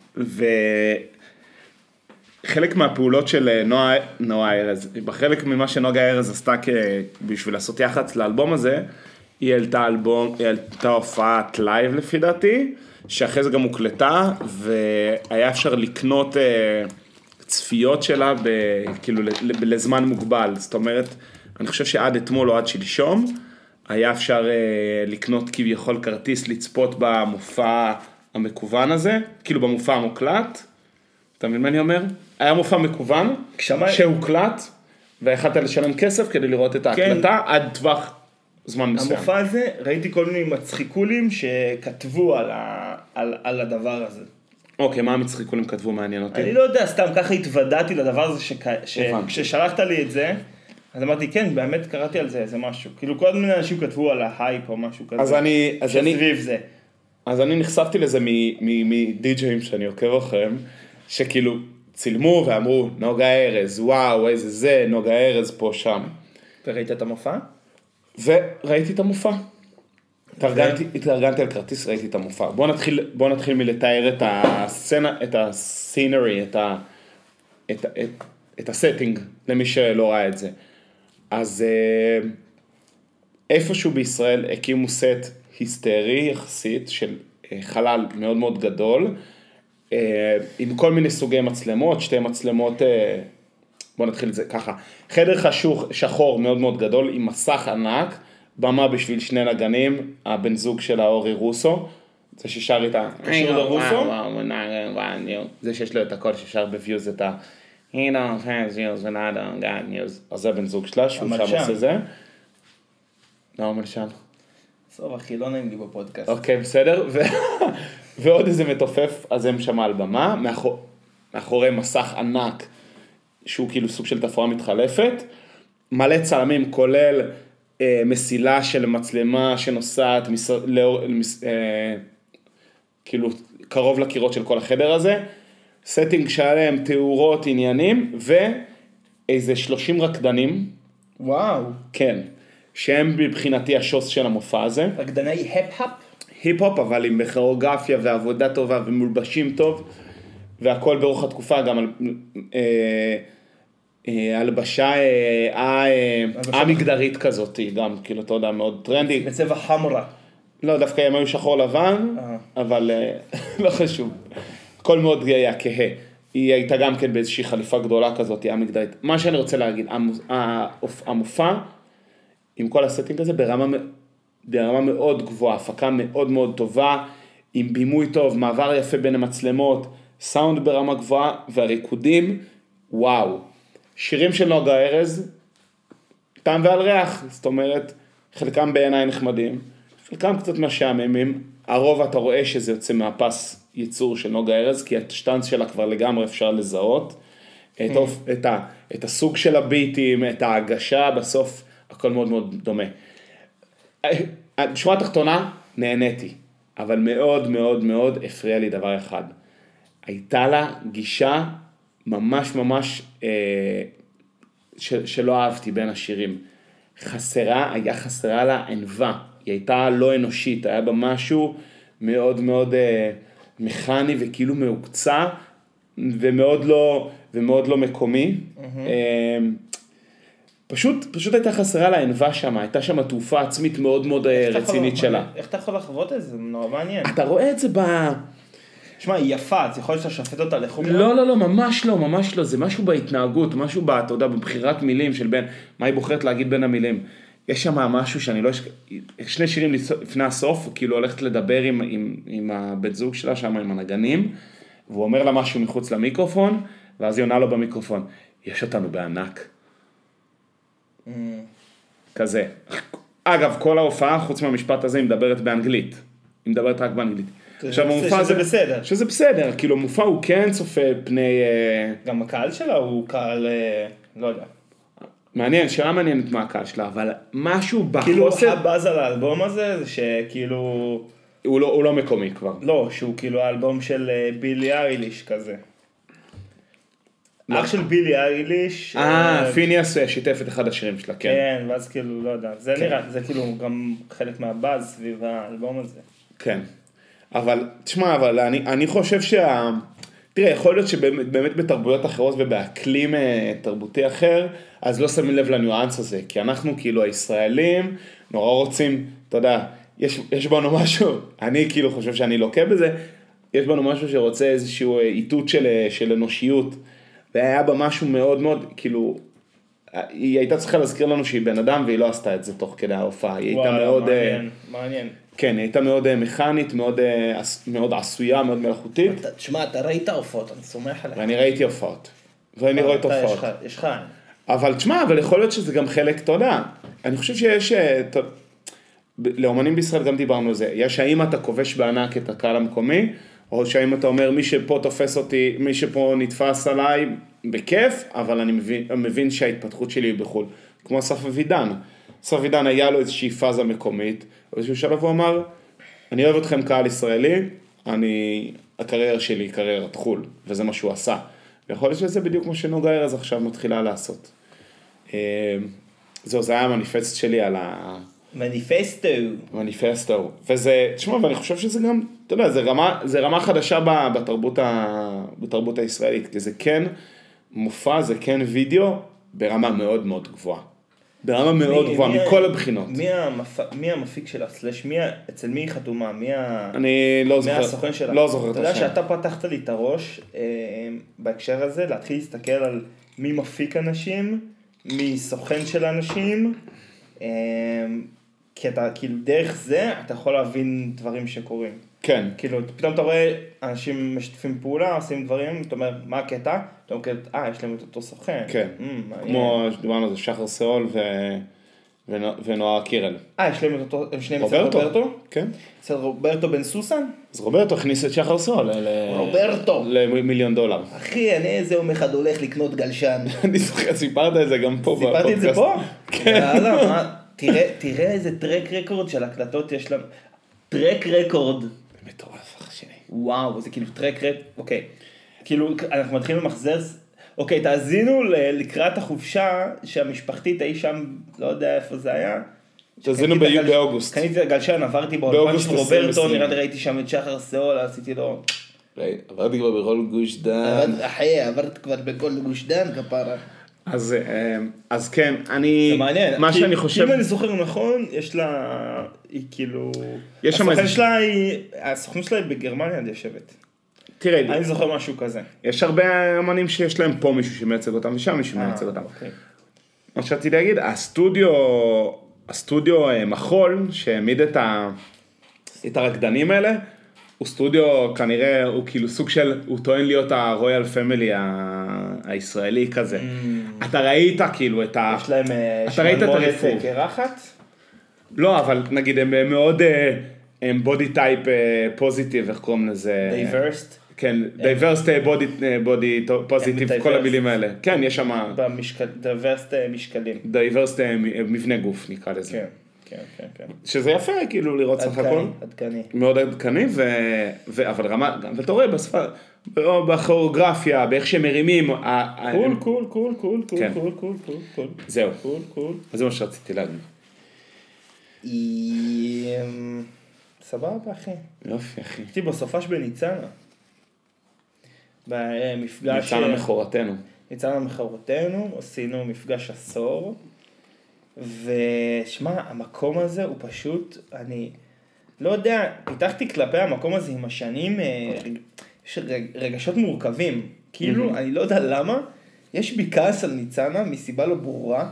וחלק מהפעולות של נועה, נועה ארז, בחלק ממה שנוגה ארז עשתה בשביל לעשות יח"צ לאלבום הזה, היא העלתה אלבום, היא העלתה הופעת לייב לפי דעתי, שאחרי זה גם הוקלטה, והיה אפשר לקנות צפיות שלה, ב, כאילו לזמן מוגבל, זאת אומרת, אני חושב שעד אתמול או עד שלשום, היה אפשר לקנות כביכול כרטיס לצפות במופע המקוון הזה, כאילו במופע המוקלט, אתה מבין מה אני אומר? היה מופע מקוון, שהוקלט, והחלטת לשלם כסף כדי לראות את ההקלטה, עד טווח זמן מסוים. המופע הזה, ראיתי כל מיני מצחיקולים שכתבו על, ה, על, על הדבר הזה. אוקיי, מה המצחיקולים כתבו, מעניין אותי? אני לא יודע, סתם ככה התוודעתי לדבר הזה, שכששלחת לי את זה, אז אמרתי, כן, באמת קראתי על זה איזה משהו. כאילו כל מיני אנשים כתבו על ההייפ או משהו כזה. אז אני, אז אני, שסביב זה. אז אני נחשפתי לזה מדי-ג'אים שאני עוקב אחריהם, שכאילו צילמו ואמרו, נוגה ארז, וואו, איזה זה, נוגה ארז פה, שם. וראית את המופע? וראיתי את המופע. התארגנתי על כרטיס, ראיתי את המופע. בוא נתחיל, בוא נתחיל מלתאר את הסצנה, את הסינרי, את ה, את, את, את הסטינג, למי שלא ראה את זה. אז איפשהו בישראל הקימו סט היסטרי יחסית של חלל מאוד מאוד גדול, עם כל מיני סוגי מצלמות, שתי מצלמות, בוא נתחיל את זה ככה, חדר חשוך, שחור מאוד מאוד גדול עם מסך ענק, במה בשביל שני נגנים, הבן זוג של האורי רוסו, זה ששר איתה, קשור לרוסו, זה שיש לו את הכל ששר בוויוז את ה... He don't have news and I don't got news. אז זה בן זוג שלה, שהוא שם עושה זה. לא, מלשן. טוב, אחי, לא נעים לי בפודקאסט. אוקיי, בסדר. ועוד איזה מתופף, אז הם שם על במה, מאחורי מסך ענק, שהוא כאילו סוג של תפאורה מתחלפת, מלא צלמים, כולל מסילה של מצלמה שנוסעת, כאילו קרוב לקירות של כל החדר הזה, סטינג שלם, תאורות, עניינים, ואיזה שלושים רקדנים. וואו. כן, שהם מבחינתי השוס של המופע הזה. רקדני היפ-הופ? היפ-הופ, אבל עם כוריאוגרפיה ועבודה טובה ומולבשים טוב, והכל באורך התקופה, גם על הלבשה המגדרית כזאת, גם כאילו, אתה יודע, מאוד טרנדי. בצבע חמרה. לא, דווקא הם היו שחור לבן, אבל לא חשוב. הכל מאוד היה כהה. היא הייתה גם כן באיזושהי חליפה גדולה כזאת, היא המגדרית. מה שאני רוצה להגיד, המופע, עם כל הסטינג הזה, ברמה, ברמה מאוד גבוהה, הפקה מאוד מאוד טובה, עם בימוי טוב, מעבר יפה בין המצלמות, סאונד ברמה גבוהה, והריקודים, וואו. שירים של נוגה ארז, טעם ועל ריח, זאת אומרת, חלקם בעיניי נחמדים, חלקם קצת משעממים, הרוב אתה רואה שזה יוצא מהפס ייצור של נוגה ארז, כי השטנץ שלה כבר לגמרי אפשר לזהות, את, את, ה, את הסוג של הביטים, את ההגשה, בסוף הכל מאוד מאוד דומה. בשורה התחתונה, נהניתי, אבל מאוד מאוד מאוד הפריע לי דבר אחד. הייתה לה גישה ממש ממש אה, של, שלא אהבתי בין השירים. חסרה, היה חסרה לה ענווה, היא הייתה לא אנושית, היה בה משהו מאוד מאוד אה, מכני וכאילו מעוקצה, ומאוד לא, ומאוד לא מקומי. Mm-hmm. אה, פשוט, פשוט הייתה חסרה לה ענווה שם, הייתה שם תעופה עצמית מאוד מאוד רצינית שלה. איך אתה יכול לחוות את זה? זה נורא מעניין. אתה רואה את זה ב... שמע, היא יפה, אז יכול להיות שאתה שופט אותה לחומרה? לא, לא, לא, ממש לא, ממש לא, זה משהו בהתנהגות, משהו בה, אתה יודע, בבחירת מילים של בין, מה היא בוחרת להגיד בין המילים. יש שם משהו שאני לא... שני שירים לפני הסוף, כאילו הולכת לדבר עם, עם, עם הבית זוג שלה שם, עם הנגנים, והוא אומר לה משהו מחוץ למיקרופון, ואז היא עונה לו במיקרופון, יש אותנו בענק. Mm. כזה. אגב, כל ההופעה, חוץ מהמשפט הזה, היא מדברת באנגלית. היא מדברת רק באנגלית. עכשיו, המופע שזה בסדר. שזה בסדר, כאילו, המופע הוא כן צופה פני... גם הקהל שלה הוא קהל, לא יודע. מעניין, שאלה מעניינת מה הקהל שלה, אבל משהו בחוסר... כאילו, הבאז על האלבום הזה, זה שכאילו... הוא לא, הוא לא מקומי כבר. לא, שהוא כאילו האלבום של בילי אייליש כזה. אח של בילי אייליש. אה, פיניאס שיתף את אחד השירים שלה, כן. כן, ואז כאילו, לא יודע, זה נראה, זה כאילו גם חלק מהבאז סביב האלבום הזה. כן. אבל, תשמע, אבל אני, אני חושב שה... תראה, יכול להיות שבאמת באמת בתרבויות אחרות ובאקלים תרבותי אחר, אז לא שמים לב לניואנס הזה, כי אנחנו כאילו הישראלים נורא רוצים, אתה יודע, יש, יש בנו משהו, אני כאילו חושב שאני לוקה בזה, יש בנו משהו שרוצה איזשהו איתות של, של אנושיות, והיה בה משהו מאוד מאוד, כאילו, היא הייתה צריכה להזכיר לנו שהיא בן אדם, והיא לא עשתה את זה תוך כדי ההופעה, היא הייתה מאוד... מעניין, מעניין. כן, היא הייתה מאוד מכנית, מאוד, מאוד עשויה, מאוד מלאכותית. תשמע, אתה ראית הופעות, אני סומך עליך. ואני ראיתי הופעות. ואני רואה את הופעות. יש לך. אבל תשמע, אבל יכול להיות שזה גם חלק, אתה יודע, אני חושב שיש, לאומנים בישראל גם דיברנו על זה, יש האם אתה כובש בענק את הקהל המקומי, או שהאם אתה אומר, מי שפה תופס אותי, מי שפה נתפס עליי, בכיף, אבל אני מבין, מבין שההתפתחות שלי היא בחול. כמו אסף אבידן. אסף אבידן היה לו איזושהי פאזה מקומית, באיזשהו שלב הוא אמר, אני אוהב אתכם קהל ישראלי, אני, הקריירה שלי היא קריירת חול, וזה מה שהוא עשה. ויכול להיות שזה בדיוק כמו שנוגה ארז עכשיו מתחילה לעשות. זהו, זה היה המניפסט שלי על ה... מניפסטו. מניפסטו. וזה, תשמע, ואני חושב שזה גם, אתה יודע, זה רמה, זה רמה חדשה בתרבות, ה, בתרבות הישראלית, כי זה כן מופע, זה כן וידאו, ברמה מאוד מאוד גבוהה. ברמה מאוד גבוהה, מכל הבחינות. מי המפיק שלה, סלש, מי, אצל מי היא חתומה, מי הסוכן שלה? לא זוכר את אתה יודע שאתה פתחת לי את הראש בהקשר הזה, להתחיל להסתכל על מי מפיק אנשים, מי סוכן של אנשים, כי אתה, כאילו, דרך זה אתה יכול להבין דברים שקורים. כן. כאילו, פתאום אתה רואה אנשים משתפים פעולה, עושים דברים, אתה אומר, מה הקטע? אתה אומר, אה, יש להם את אותו סוכן. כן. כמו שדיברנו על זה, שחר סאול ונועה קירל. אה, יש להם את אותו, הם שניהם אצל רוברטו? כן. אצל רוברטו בן סוסן? אז רוברטו הכניס את שחר סאול. רוברטו. למיליון דולר. אחי, אני איזה יום אחד הולך לקנות גלשן. אני זוכר, סיפרת את זה גם פה. סיפרתי את זה פה? כן. תראה, תראה איזה טרק רקורד של הקלטות יש לנו. טרק רקורד. מטורף, אח שלי. וואו, זה כאילו טרק רקורד. אוקיי. כאילו, אנחנו מתחילים למחזר. אוקיי, תאזינו לקראת החופשה שהמשפחתית אי שם, לא יודע איפה זה היה. תאזינו באוגוסט. קניתי את הגלשן, עברתי באולפן של רוברטו, נראה לי ראיתי שם את שחר סאול, עשיתי לו... עברתי כבר בכל גוש דן. אחי, עברתי כבר בכל גוש דן, כפרה. אז, אז כן, אני... זה מעניין. מה שאני חושב... אם אני זוכר נכון, יש לה... היא כאילו... הסוכן שלה היא... הסוכן שלה היא בגרמניה יושבת. תראה, אני זוכר משהו כזה. יש הרבה אמנים שיש להם פה מישהו שמייצג אותם ושם מישהו שמייצג אותם. מה שרציתי להגיד, הסטודיו, הסטודיו מחול שהעמיד את, ה, את הרקדנים האלה, הוא סטודיו כנראה, הוא כאילו סוג של, הוא טוען להיות הרויאל פמילי הישראלי כזה. אתה ראית כאילו את ה... יש להם שמלמונת קרחת? לא, אבל נגיד הם מאוד, הם בודי טייפ פוזיטיב, איך קוראים לזה? דייברסט? כן, דייברסט בודי פוזיטיב, כל המילים האלה. כן, יש שם... דייברסט משקלים. דייברסט מבנה גוף, נקרא לזה. כן, כן, כן, כן. שזה יפה, כאילו, לראות סך הכל. עדכני. מאוד עדכני, אבל רמה, ואתה רואה בשפה, בכוריאוגרפיה, באיך שהם מרימים. קול, קול, קול, קול, קול, קול, קול, קול, קול. זהו. קול, קול. אז זה מה שרציתי להגיד. סבבה, אחי. יופי, אחי. הייתי בסופש בניצנה. במפגש... ניצנה מחורתנו. ניצנה מחורתנו, עשינו מפגש עשור. ושמע, המקום הזה הוא פשוט, אני לא יודע, פיתחתי כלפי המקום הזה עם השנים, יש רגשות מורכבים. כאילו, אני לא יודע למה, יש בי כעס על ניצנה מסיבה לא ברורה.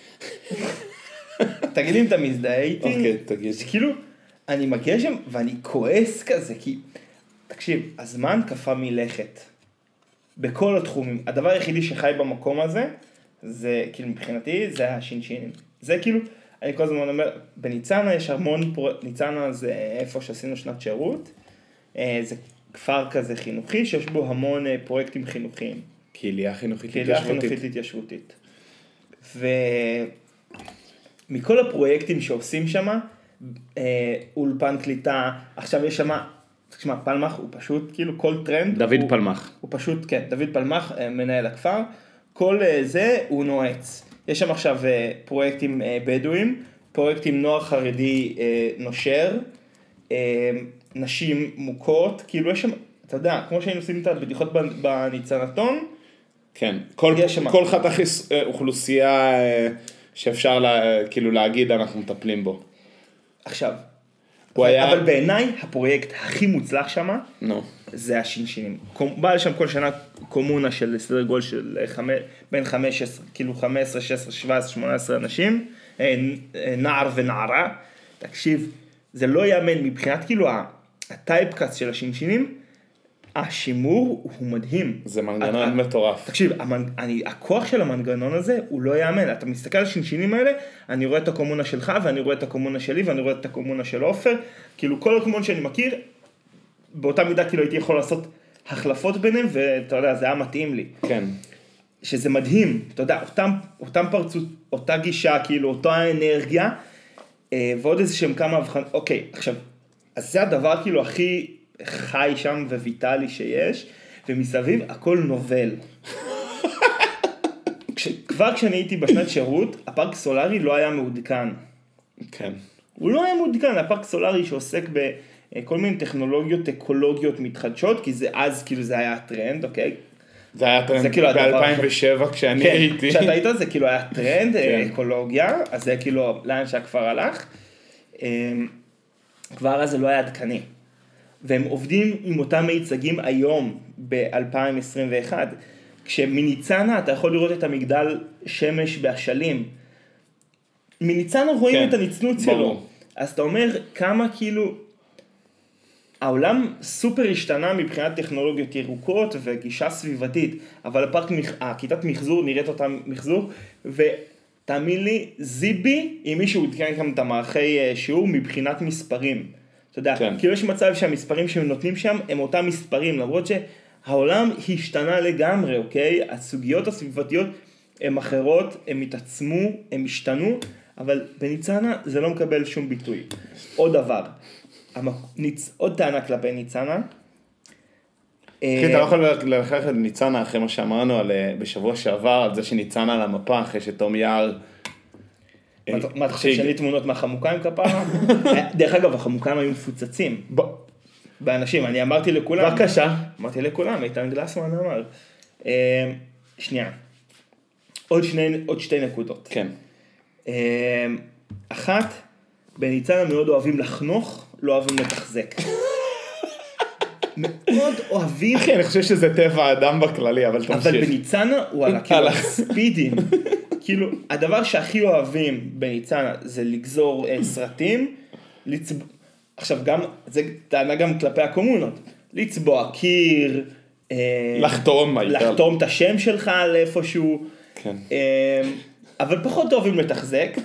תגיד לי אם אתה מזדהה איתי. אוקיי, תגיד. כאילו, אני מגיע שם ואני כועס כזה, כי, תקשיב, הזמן קפא מלכת. בכל התחומים. הדבר היחידי שחי במקום הזה, זה, כאילו, מבחינתי, זה השינשינים. זה כאילו, אני כל הזמן אומר, בניצנה יש המון פרויקט, ניצנה זה איפה שעשינו שנת שירות, זה כפר כזה חינוכי, שיש בו המון פרויקטים חינוכיים. קהילה חינוכית קהילה חינוכית התיישבותית. ומכל הפרויקטים שעושים שם, אולפן קליטה, עכשיו יש שם, תשמע, פלמח הוא פשוט, כאילו כל טרנד. דוד הוא, פלמח. הוא פשוט, כן, דוד פלמח, מנהל הכפר, כל זה הוא נועץ. יש שם עכשיו פרויקטים בדואים, פרויקטים נוער חרדי נושר, נשים מוכות, כאילו יש שם, אתה יודע, כמו שהיינו עושים את הבדיחות בניצנתון, כן, כל, כל חתך אוכלוסייה שאפשר לה, כאילו להגיד אנחנו מטפלים בו. עכשיו, אבל, היה... אבל בעיניי הפרויקט הכי מוצלח שם, no. זה השינשינים. בא לשם כל שנה קומונה של סדר גול של חמ... בין חמש עשרה, כאילו חמש עשרה, שש עשרה, שבע עשרה, שמונה עשרה אנשים, נער ונערה, תקשיב, זה לא יאמן מבחינת כאילו הטייפקאסט של השינשינים, השימור הוא מדהים. זה מנגנון מטורף. תקשיב, אני, הכוח של המנגנון הזה הוא לא יאמן. אתה מסתכל על השינשינים האלה, אני רואה את הקומונה שלך, ואני רואה את הקומונה שלי, ואני רואה את הקומונה של עופר. כאילו כל הקומון שאני מכיר, באותה מידה כאילו הייתי יכול לעשות החלפות ביניהם, ואתה יודע, זה היה מתאים לי. כן. שזה מדהים, אתה יודע, אותם, אותם פרצות, אותה גישה, כאילו, אותה אנרגיה, ועוד איזה שהם כמה הבחנות. אוקיי, עכשיו, אז זה הדבר כאילו הכי חי שם וויטלי שיש, ומסביב הכל נובל. כש, כבר כשאני הייתי בשנת שירות, הפארק סולארי לא היה מעודכן. כן. הוא לא היה מעודכן, הפארק סולארי שעוסק בכל מיני טכנולוגיות אקולוגיות מתחדשות, כי זה אז כאילו זה היה הטרנד, אוקיי? זה היה טרנד כאילו ב-אלפיים ושבע כשאני כן, הייתי. כשאתה היית זה כאילו היה טרנד, כן. אקולוגיה, אז זה כאילו לאן שהכפר הלך. כבר אז זה לא היה עדכני. והם עובדים עם אותם מיצגים היום ב-אלפיים עשרים ואחת, כשמניצנה אתה יכול לראות את המגדל שמש באשלים. מניצנה רואים כן, את הניצנות שלו. ברור. אז אתה אומר כמה כאילו, העולם סופר השתנה מבחינת טכנולוגיות ירוקות וגישה סביבתית, אבל הפארק, הכיתת מחזור נראית אותה מחזור, ותאמין לי, זיבי, אם מישהו עודכן גם את המערכי שיעור מבחינת מספרים. אתה יודע, כן. כאילו יש מצב שהמספרים שהם נותנים שם הם אותם מספרים, למרות שהעולם השתנה לגמרי, אוקיי? הסוגיות הסביבתיות הן אחרות, הן התעצמו, הן השתנו, אבל בניצנה זה לא מקבל שום ביטוי. עוד דבר, הניצ... עוד טענה כלפי ניצנה. כי אתה לא יכול ללכת לניצנה אחרי מה שאמרנו על, בשבוע שעבר, על זה שניצנה על המפה, אחרי שתום יער... מה אתה חושב שאני תמונות מהחמוקיים כפרה? דרך אגב, החמוקיים היו מפוצצים. באנשים, אני אמרתי לכולם. בבקשה. אמרתי לכולם, איתן גלסמן אמר. שנייה. עוד שתי נקודות. כן. אחת, בניצנה מאוד אוהבים לחנוך, לא אוהבים לתחזק. מאוד אוהבים. אחי, אני חושב שזה טבע האדם בכללי, אבל תמשיך. אבל בניצנה הוא על כאילו ספידים. כאילו, הדבר שהכי אוהבים בניצנה זה לגזור אה, סרטים, לצב... עכשיו גם, זה טענה גם כלפי הקומונות, לצבוע קיר, אה, לחתום, לחתום את השם שלך על איפשהו, כן. אה, אבל פחות אוהבים לתחזק.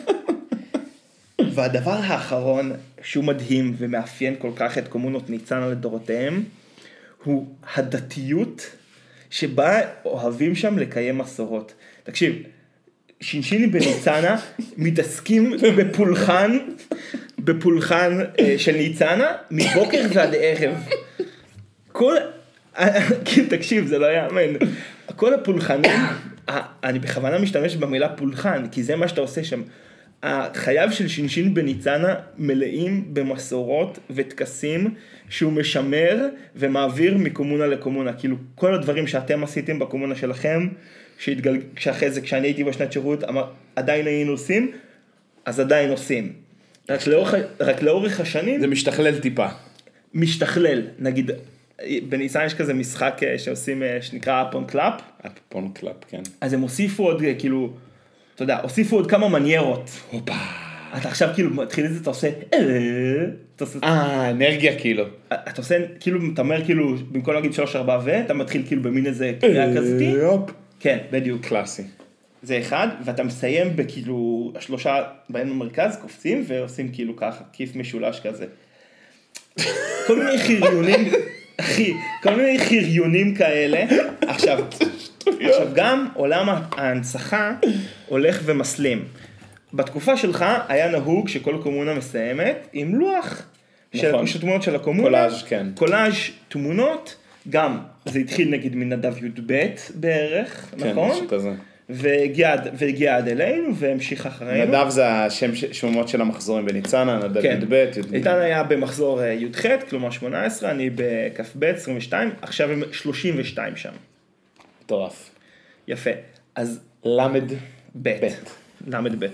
והדבר האחרון שהוא מדהים ומאפיין כל כך את קומונות ניצנה לדורותיהם, הוא הדתיות שבה אוהבים שם לקיים מסורות. תקשיב, שינשיני בניצנה מתעסקים בפולחן, בפולחן של ניצנה, מבוקר ועד ערב. כל, תקשיב, זה לא יאמן. כל הפולחנים, אני בכוונה משתמש במילה פולחן, כי זה מה שאתה עושה שם. החייו של שינשין בניצנה מלאים במסורות ותקסים שהוא משמר ומעביר מקומונה לקומונה. כאילו כל הדברים שאתם עשיתם בקומונה שלכם, שהתגל... שאחרי זה כשאני הייתי בשנת שירות עדיין היינו עושים, אז עדיין עושים. רק לאורך, רק לאורך השנים... זה משתכלל טיפה. משתכלל. נגיד, בניצנה יש כזה משחק שעושים, שנקרא אפון קלאפ. אפון קלאפ, כן. אז הם הוסיפו עוד כאילו... אתה יודע, הוסיפו עוד כמה מניירות. הופה. אתה עכשיו כאילו, מתחיל את זה, אתה עושה... אה, אנרגיה כאילו. אתה עושה, כאילו, אתה אומר כאילו, במקום להגיד שלוש, ארבע ו, אתה מתחיל כאילו במין איזה קריאה כזאתי. כן, בדיוק. קלאסי. זה אחד, ואתה מסיים בכאילו, השלושה בהם במרכז, קופצים, ועושים כאילו ככה, כיף משולש כזה. כל מיני חיריונים, אחי, כל מיני חיריונים כאלה. עכשיו... עכשיו גם עולם ההנצחה הולך ומסלים. בתקופה שלך היה נהוג שכל קומונה מסיימת עם לוח נכון. של תמונות של הקומונה. קולאז' כן. קולאז' תמונות, גם זה התחיל נגיד מנדב י"ב בערך, כן, נכון? משהו כזה. והגיע עד אלינו והמשיך אחרינו. נדב זה השם שמות של המחזורים בניצנה, נדב כן. י"ב, י"ב. איתן היה במחזור י"ח, כלומר שמונה עשרה, אני בכ"ב עשרים ושתיים, עכשיו הם שלושים ושתיים שם. מטורף. יפה. אז למד ב'. למד ב'.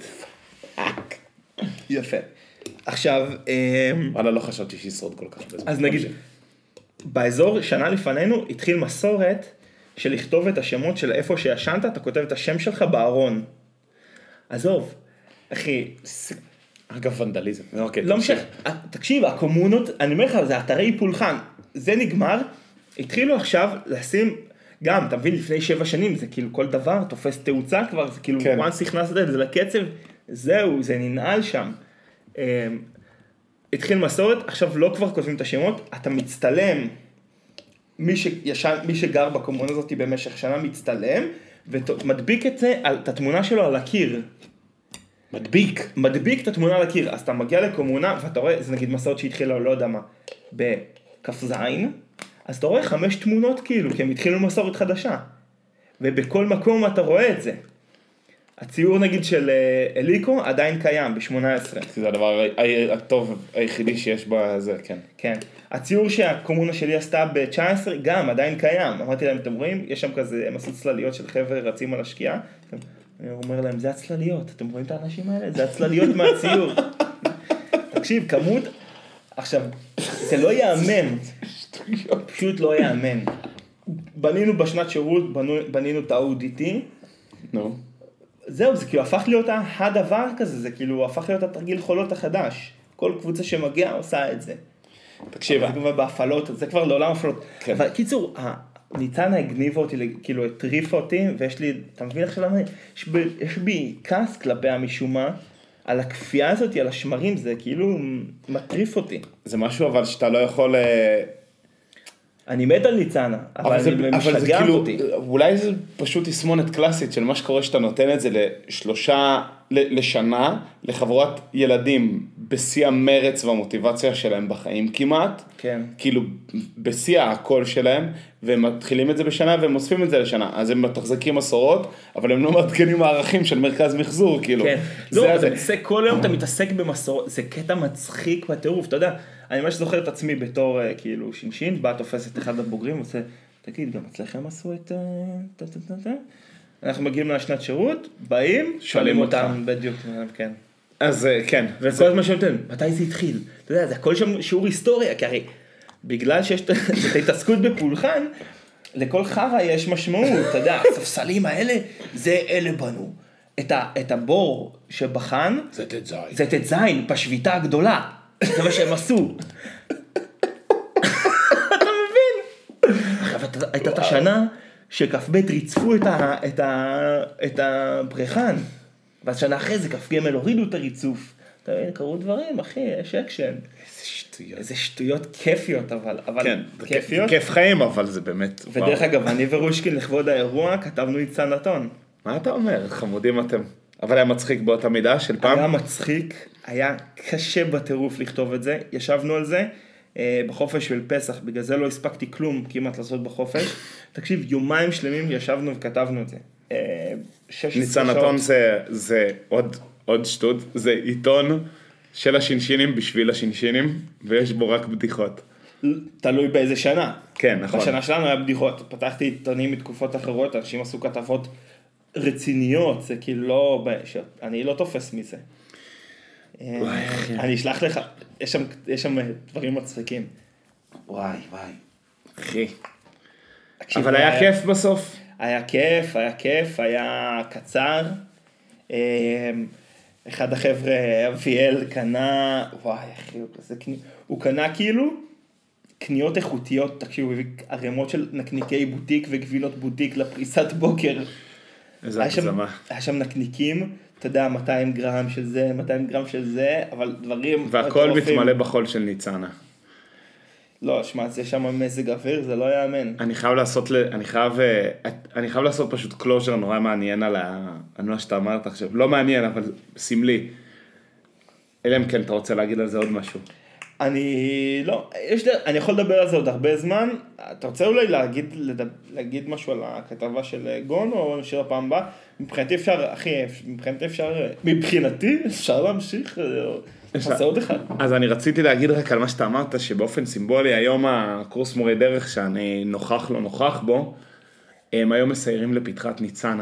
יפה. עכשיו, וואלה, לא חשבתי שישרוד כל כך בזמן. אז נגיד, באזור שנה לפנינו התחיל מסורת של לכתוב את השמות של איפה שישנת, אתה כותב את השם שלך בארון. עזוב, אחי. אגב, ונדליזם. לא משך, תקשיב, הקומונות, אני אומר לך, זה אתרי פולחן, זה נגמר, התחילו עכשיו לשים, גם, אתה מבין, לפני שבע שנים, זה כאילו כל דבר, תופס תאוצה כבר, זה כאילו, once נכנס לזה לקצב, זהו, זה ננעל שם. התחיל מסורת, עכשיו לא כבר כותבים את השמות, אתה מצטלם, מי שישן, מי שגר בקומונה הזאת במשך שנה מצטלם, ומדביק את זה, את התמונה שלו על הקיר. מדביק? מדביק את התמונה על הקיר, אז אתה מגיע לקומונה, ואתה רואה, זה נגיד מסורת שהתחילה, לא יודע מה, בכ"ז, אז אתה רואה חמש תמונות כאילו, כי הם התחילו מסורת חדשה, ובכל מקום אתה רואה את זה. הציור נגיד של אליקו עדיין קיים ב-שמונה עשרה. זה הדבר הטוב היחידי שיש בזה, כן. כן. הציור שהקומונה שלי עשתה ב-תשע עשרה גם עדיין קיים. אמרתי להם, אתם רואים? יש שם כזה מסות צלליות של חבר'ה רצים על השקיעה. אני אומר להם, זה הצלליות. אתם רואים את האנשים האלה? זה הצלליות מהציור. תקשיב, כמות... עכשיו, זה לא יאמן. פשוט לא יאמן. בנינו בשנת שירות, בנינו את ה-או די טי. נו. זהו, זה כאילו הפך להיות הדבר כזה, זה כאילו הפך להיות התרגיל חולות החדש. כל קבוצה שמגיעה עושה את זה. תקשיב. אבל בהפעלות, זה כבר לעולם הפעלות. כן. אבל קיצור, ניצנה הגניבה אותי, כאילו הטריפה אותי, ויש לי, אתה מבין עכשיו למה? יש בי, יש בי כעס כלפיה משום מה, על הכפייה הזאת, על השמרים, זה כאילו מטריף אותי. זה משהו אבל שאתה לא יכול... אני מת על ניצנה, אבל, אבל אני משגע כאילו, אותי. אולי זה פשוט תסמונת קלאסית של מה שקורה שאתה נותן את זה לשלושה, לשנה, לחבורת ילדים בשיא המרץ והמוטיבציה שלהם בחיים כמעט. כן. כאילו בשיא הקול שלהם, והם מתחילים את זה בשנה והם מוספים את זה לשנה. אז הם מתחזקים מסורות, אבל הם לא מתקנים הערכים של מרכז מחזור, כאילו. כן. לא, אתה מתעסק, כל היום אתה מתעסק במסורות, זה קטע מצחיק בטירוף, אתה יודע. אני ממש זוכר את עצמי בתור כאילו שינשין, בא תופס את אחד הבוגרים, ועושה, תגיד, גם אצלכם עשו את... אנחנו מגיעים לשנת שירות, באים, שואלים אותם בדיוק, כן. אז כן. וכל הזמן שואלים, מתי זה התחיל? אתה יודע, זה הכל שם שיעור היסטוריה, כי הרי בגלל שיש את ההתעסקות בפולחן, לכל חרה יש משמעות, אתה יודע, הספסלים האלה, זה אלה בנו. את הבור שבחן, זה תזיין. זה תזיין, בשביתה הגדולה. זה מה שהם עשו. אתה מבין? עכשיו, הייתה את השנה שכ"ב ריצפו את הבריכן, ואז שנה אחרי זה כ"ג הורידו את הריצוף. אתה מבין, קרו דברים, אחי, יש אקשן. איזה שטויות. איזה שטויות כיפיות, אבל כן, כיפיות. כיף חיים, אבל זה באמת... ודרך אגב, אני ורושקין לכבוד האירוע כתבנו איצנתון. מה אתה אומר? חמודים אתם. אבל היה מצחיק באותה מידה של פעם? היה מצחיק, היה קשה בטירוף לכתוב את זה, ישבנו על זה אה, בחופש של פסח, בגלל זה לא הספקתי כלום כמעט לעשות בחופש. תקשיב, יומיים שלמים ישבנו וכתבנו את זה. אה, ניצנתון זה, זה עוד, עוד שטות, זה עיתון של השינשינים בשביל השינשינים, ויש בו רק בדיחות. תלוי באיזה שנה. כן, נכון. בשנה שלנו היה בדיחות, פתחתי עיתונים מתקופות אחרות, אנשים עשו כתבות רציניות, זה כאילו לא, אני לא תופס מזה. אני אשלח לך, יש שם, יש שם דברים מצחיקים. וואי, וואי. אחי. אבל היה כיף בסוף? היה כיף, היה כיף, היה קצר. אחד החבר'ה, אביאל, קנה, וואי, אחי, הוא קנה כאילו קניות איכותיות, תקשיבו, הרמות של נקניקי בוטיק וגבינות בוטיק לפריסת בוקר. איזה הגזמה. היה שם נקניקים, אתה יודע, מאתיים גרם של זה, מאתיים גרם של זה, אבל דברים... והכל מתמלא בחול של ניצנה. לא, שמע, זה שם מזג אוויר, זה לא יאמן. אני חייב לעשות, אני חייב, אני חייב לעשות פשוט קלוז'ר נורא מעניין על מה שאתה אמרת עכשיו. לא מעניין, אבל סמלי. אלא אם כן, אתה רוצה להגיד על זה עוד משהו. אני לא, יש, אני יכול לדבר על זה עוד הרבה זמן. אתה רוצה אולי להגיד, להגיד משהו על הכתבה של גון, או נשאר הפעם הבאה? מבחינתי אפשר, אחי, מבחינתי אפשר, מבחינתי אפשר להמשיך, עושה עוד אחד. אז אני רציתי להגיד רק על מה שאתה אמרת, שבאופן סימבולי, היום הקורס מורי דרך שאני נוכח לא נוכח בו, הם היום מסיירים לפתחת ניצנה.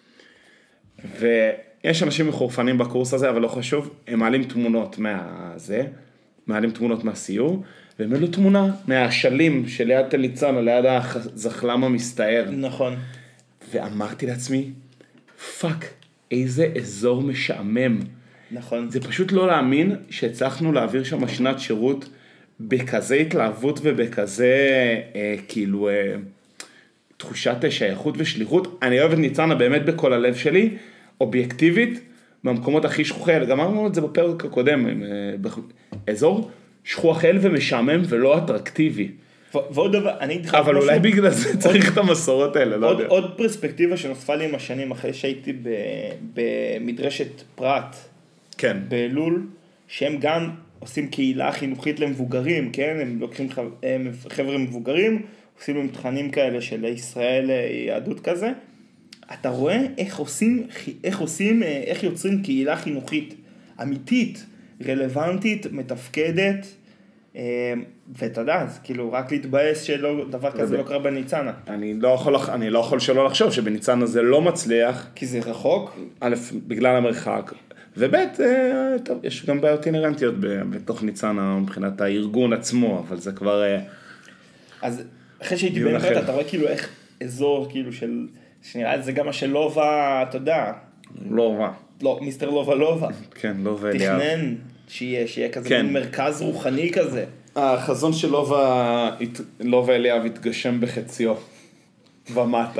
ויש אנשים מחורפנים בקורס הזה, אבל לא חשוב, הם מעלים תמונות מהזה, מעלים תמונות מהסיור, והם העלו תמונה מהשלים שליד תל ניצנה, ליד הזחלם המסתער. נכון. ואמרתי לעצמי, פאק, איזה אזור משעמם. נכון. זה פשוט לא להאמין שהצלחנו להעביר שם שנת שירות בכזה התלהבות ובכזה אה, כאילו אה, תחושת שייכות ושליחות. אני אוהב את ניצנה באמת בכל הלב שלי, אובייקטיבית, מהמקומות הכי שכוחי, גם אמרנו את זה בפרק הקודם, אזור שכוח אל ומשעמם ולא אטרקטיבי. ועוד דבר, אני אתך... אבל אולי בגלל זה צריך את המסורות האלה, לא יודע. עוד פרספקטיבה שנוספה לי עם השנים, אחרי שהייתי במדרשת פרט, כן. בלול, שהם גם עושים קהילה חינוכית למבוגרים, כן? הם לוקחים חבר'ה מבוגרים, עושים עם תכנים כאלה של ישראל יהדות כזה. אתה רואה איך עושים, איך עושים, איך יוצרים קהילה חינוכית אמיתית, רלוונטית, מתפקדת, ואתה יודע, אז כאילו רק להתבאס שלא, דבר כזה לא קרה בניצנה. אני לא יכול, אני לא יכול שלא לחשוב שבניצנה זה לא מצליח. כי זה רחוק. א', בגלל המרחק. וב', טוב, יש גם בעיות אינרנטיות בתוך ניצנה מבחינת הארגון עצמו, אבל זה כבר... אז אחרי שהייתי באמת, אתה רואה כאילו איך אזור כאילו של... שנראה, זה גם מה שלובה, אתה יודע. לובה. לא, מיסטר לובה לובה. כן, לובה אליאב. תכנן שיהיה, שיהיה כזה כן. מרכז רוחני כזה. החזון של לובה, לובה אליאב התגשם בחציו. ומטה.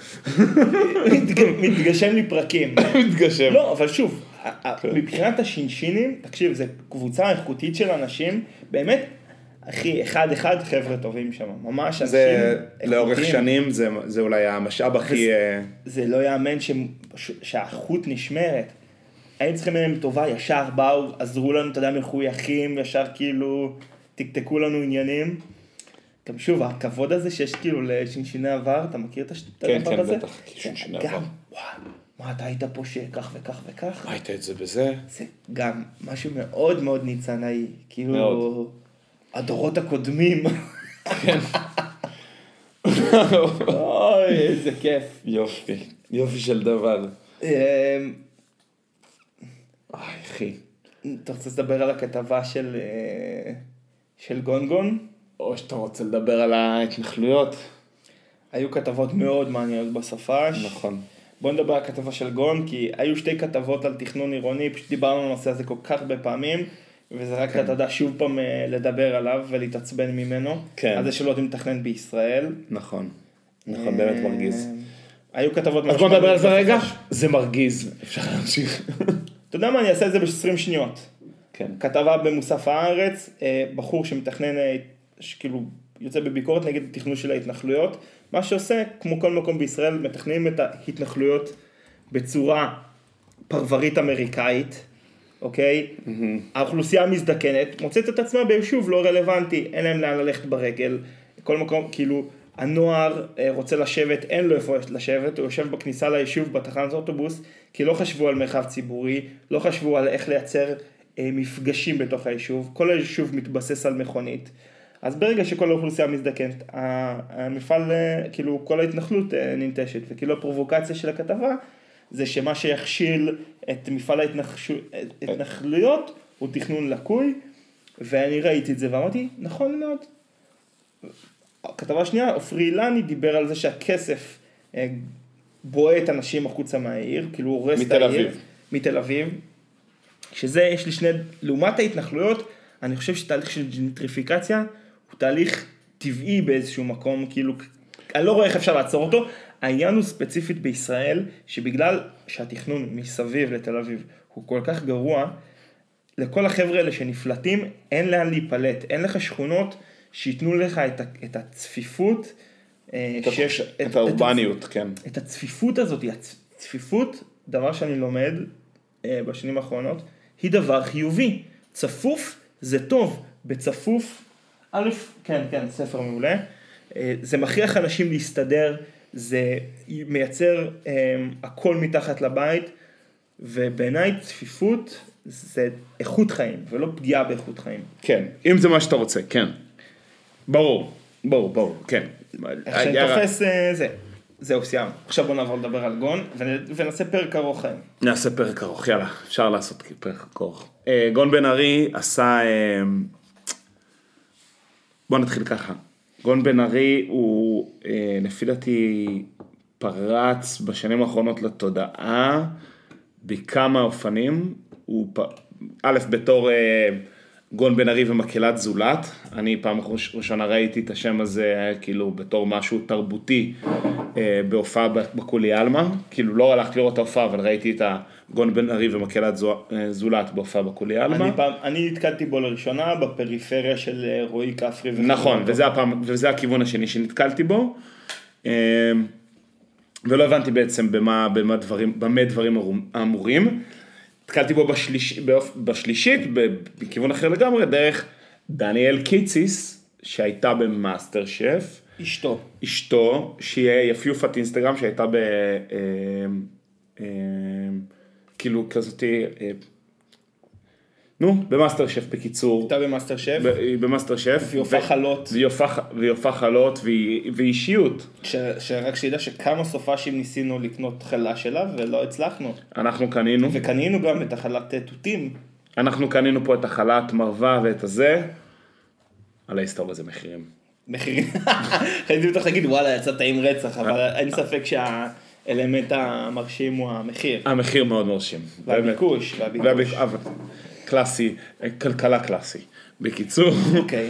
מתגשם לי פרקים. מתגשם. לא, אבל שוב, מבחינת השינשינים, תקשיב, זה קבוצה איכותית של אנשים, באמת, אחי, אחד אחד חבר'ה טובים שם, ממש אנשים איכותיים. לאורך שנים זה, זה אולי המשאב הכי... זה לא יאמן ש, שהאיכות נשמרת. היינו צריכים להם טובה, ישר באו, עזרו לנו, אתה יודע, מחויכים, ישר כאילו תקתקו לנו עניינים. גם שוב, הכבוד הזה שיש כאילו לשינשיני עבר, אתה מכיר את הדבר כן, הזה? כן, בטח, שינשיני עבר. וואו, מה, אתה היית פה שכך וכך וכך? היית את זה בזה? זה גם משהו מאוד מאוד ניצנאי, כאילו... מאוד. הדורות הקודמים. כן. אוי, איזה כיף. יופי, יופי של דבר. אוי, אחי. אתה רוצה לדבר על הכתבה של, של גונגון? או שאתה רוצה לדבר על ההתנחלויות? היו כתבות מאוד מעניינות בסופש. נכון. בוא נדבר על הכתבה של גון, כי היו שתי כתבות על תכנון עירוני, פשוט דיברנו על הנושא הזה כל כך הרבה פעמים, וזה רק, אתה יודע, שוב פעם לדבר עליו ולהתעצבן ממנו. כן. על זה שלא יודעים לתכנן בישראל. נכון. נכון, באמת מרגיז. היו כתבות... אז בוא נדבר על זה רגע. זה מרגיז. אפשר להמשיך. אתה יודע מה, אני אעשה את זה ב-עשרים שניות. כן. כתבה במוסף הארץ, בחור שמתכנן, שכאילו יוצא בביקורת נגד התכנון של ההתנחלויות. מה שעושה, כמו כל מקום בישראל, מתכננים את ההתנחלויות בצורה פרברית אמריקאית. אוקיי? Mm-hmm. האוכלוסייה מזדקנת, מוצאת את עצמה ביישוב לא רלוונטי, אין להם לאן ללכת ברגל, כל מקום, כאילו, הנוער רוצה לשבת, אין לו איפה לשבת, הוא יושב בכניסה ליישוב, בתחנת אוטובוס, כי לא חשבו על מרחב ציבורי, לא חשבו על איך לייצר אה, מפגשים בתוך היישוב, כל היישוב מתבסס על מכונית, אז ברגע שכל האוכלוסייה מזדקנת, המפעל, כאילו, כל ההתנחלות ננטשת, וכאילו הפרובוקציה של הכתבה, זה שמה שיכשיל את מפעל ההתנחלויות הוא תכנון לקוי, ואני ראיתי את זה ואמרתי, נכון מאוד. הכתבה השנייה, עופרי אילני דיבר על זה שהכסף בועט אנשים החוצה מהעיר, כאילו הורס את העיר. מתל אביב. שזה, יש לי שני, לעומת ההתנחלויות, אני חושב שתהליך של ג'נטריפיקציה הוא תהליך טבעי באיזשהו מקום, כאילו, אני לא רואה איך אפשר לעצור אותו. העניין הוא ספציפית בישראל, שבגלל שהתכנון מסביב לתל אביב הוא כל כך גרוע, לכל החבר'ה האלה שנפלטים, אין לאן להיפלט, אין לך שכונות שיתנו לך את, את הצפיפות, את, שיש, את, את האורבניות, את, כן. את הצפיפות הזאת, הצפיפות, דבר שאני לומד בשנים האחרונות, היא דבר חיובי. צפוף זה טוב, בצפוף, א', כן, כן, ספר מעולה, זה מכריח אנשים להסתדר, זה מייצר הכל מתחת לבית, ובעיניי צפיפות זה איכות חיים, ולא פגיעה באיכות חיים. כן, אם זה מה שאתה רוצה, כן. ברור, ברור, ברור, כן. תופס זה. זהו, סיים. עכשיו בוא נעבור לדבר על גון, ונעשה פרק ארוך חיים. נעשה פרק ארוך, יאללה, אפשר לעשות פרק ארוך. גון בן ארי עשה, בוא נתחיל ככה. גון בן ארי הוא, לפי דעתי, פרץ בשנים האחרונות לתודעה, בכמה אופנים. הוא, א', בתור גון בן ארי ומקהלת זולת. אני פעם ראשונה ראיתי את השם הזה, כאילו, בתור משהו תרבותי, בהופעה בקולי אלמה, כאילו לא הלכתי לראות את ההופעה, אבל ראיתי את הגון בן ארי ומקהלת זולת בהופעה בקולי אלמה. אני פעם, אני נתקלתי בו לראשונה בפריפריה של רועי כפרי. נכון, וזה הפעם, וזה הכיוון השני שנתקלתי בו, ולא הבנתי בעצם במה, במה דברים, במה דברים אמורים. נתקלתי בו בשליש, בשלישית, בכיוון אחר לגמרי, דרך דניאל קיציס, שהייתה במאסטר שף, אשתו. אשתו, שהיא יפיופת אינסטגרם, שהייתה ב... כאילו כזאתי... נו, במאסטר שף בקיצור. הייתה במאסטר שף? היא במאסטר שף. והיא הופעה חלות. והיא הופעה חלות, והיא אישיות. שרק שידע שכמה סופשים ניסינו לקנות חלה שלה, ולא הצלחנו. אנחנו קנינו. וקנינו גם את החלת תותים. אנחנו קנינו פה את החלת מרווה ואת הזה. על ההיסטוריה זה מחירים. מחירים. חייתי בטח להגיד, וואלה, יצאת עם רצח, אבל אין ספק שהאלמנט המרשים הוא המחיר. המחיר מאוד מרשים. והביקוש. והביקוש. קלאסי, כלכלה קלאסי. בקיצור. אוקיי.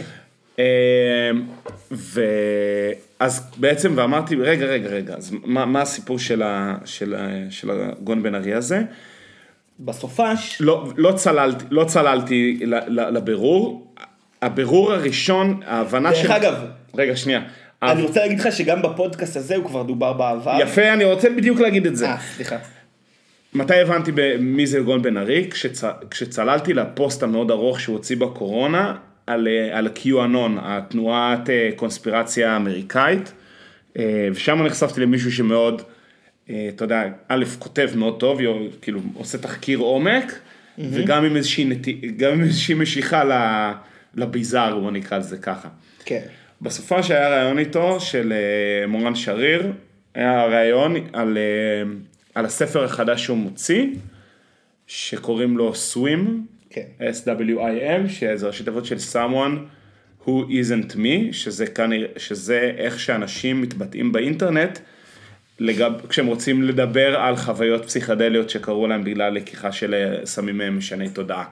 ואז בעצם, ואמרתי, רגע, רגע, רגע, אז מה, מה הסיפור של ה, של ה, של הגון בן ארי הזה? בסופש. לא, לא צללתי, לא צללתי לבירור. הבירור הראשון, ההבנה של... דרך אגב. רגע, שנייה. אני רוצה להגיד לך שגם בפודקאסט הזה הוא כבר דובר בעבר. יפה, אני רוצה בדיוק להגיד את זה. אה, סליחה. מתי הבנתי מי זה גון בן ארי? כשצ... כשצללתי לפוסט המאוד ארוך שהוא הוציא בקורונה, על, על קיואנון, התנועת קונספירציה האמריקאית, ושם נחשפתי למישהו שמאוד, אתה יודע, א', כותב מאוד טוב, כאילו עושה תחקיר עומק, mm-hmm. וגם עם איזושהי, נת... גם עם איזושהי משיכה לביזר, בוא נקרא לזה ככה. כן. בסופה שהיה רעיון איתו של מורן שריר, היה רעיון על... על הספר החדש שהוא מוציא, שקוראים לו Swim, כן. S W I M, שזה ראשי תיבות של someone who isn't me, שזה, כנראה, שזה איך שאנשים מתבטאים באינטרנט, לגב, כשהם רוצים לדבר על חוויות פסיכדליות שקרו להם בגלל לקיחה של סמים משני תודעה.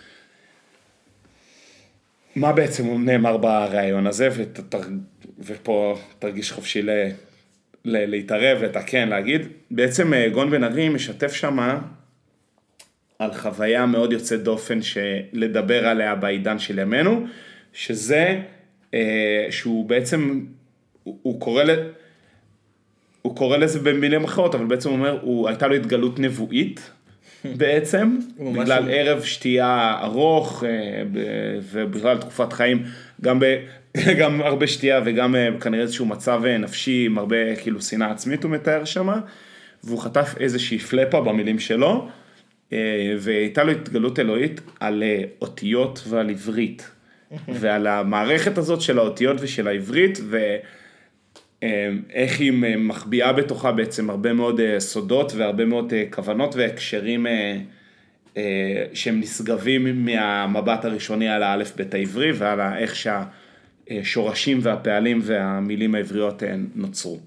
מה בעצם נאמר ברעיון הזה, ותר, ופה תרגיש חופשי ל... להתערב, לתקן, להגיד, בעצם גון בן ארי משתף שמה על חוויה מאוד יוצאת דופן שלדבר עליה בעידן של ימינו, שזה, שהוא בעצם, הוא, הוא קורא ל... הוא קורא לזה במילים אחרות, אבל בעצם הוא אומר, הוא, הייתה לו התגלות נבואית בעצם, בגלל הוא... ערב שתייה ארוך, ובגלל תקופת חיים, גם ב... גם הרבה שתייה וגם כנראה איזשהו מצב נפשי עם הרבה כאילו שנאה עצמית הוא מתאר שמה, והוא חטף איזושהי פלפה במילים שלו, והייתה לו התגלות אלוהית על אותיות ועל עברית, ועל המערכת הזאת של האותיות ושל העברית, ואיך היא מחביאה בתוכה בעצם הרבה מאוד סודות והרבה מאוד כוונות והקשרים שהם נשגבים מהמבט הראשוני על האלף בית העברי, ועל איך שה... שורשים והפעלים והמילים העבריות נוצרו.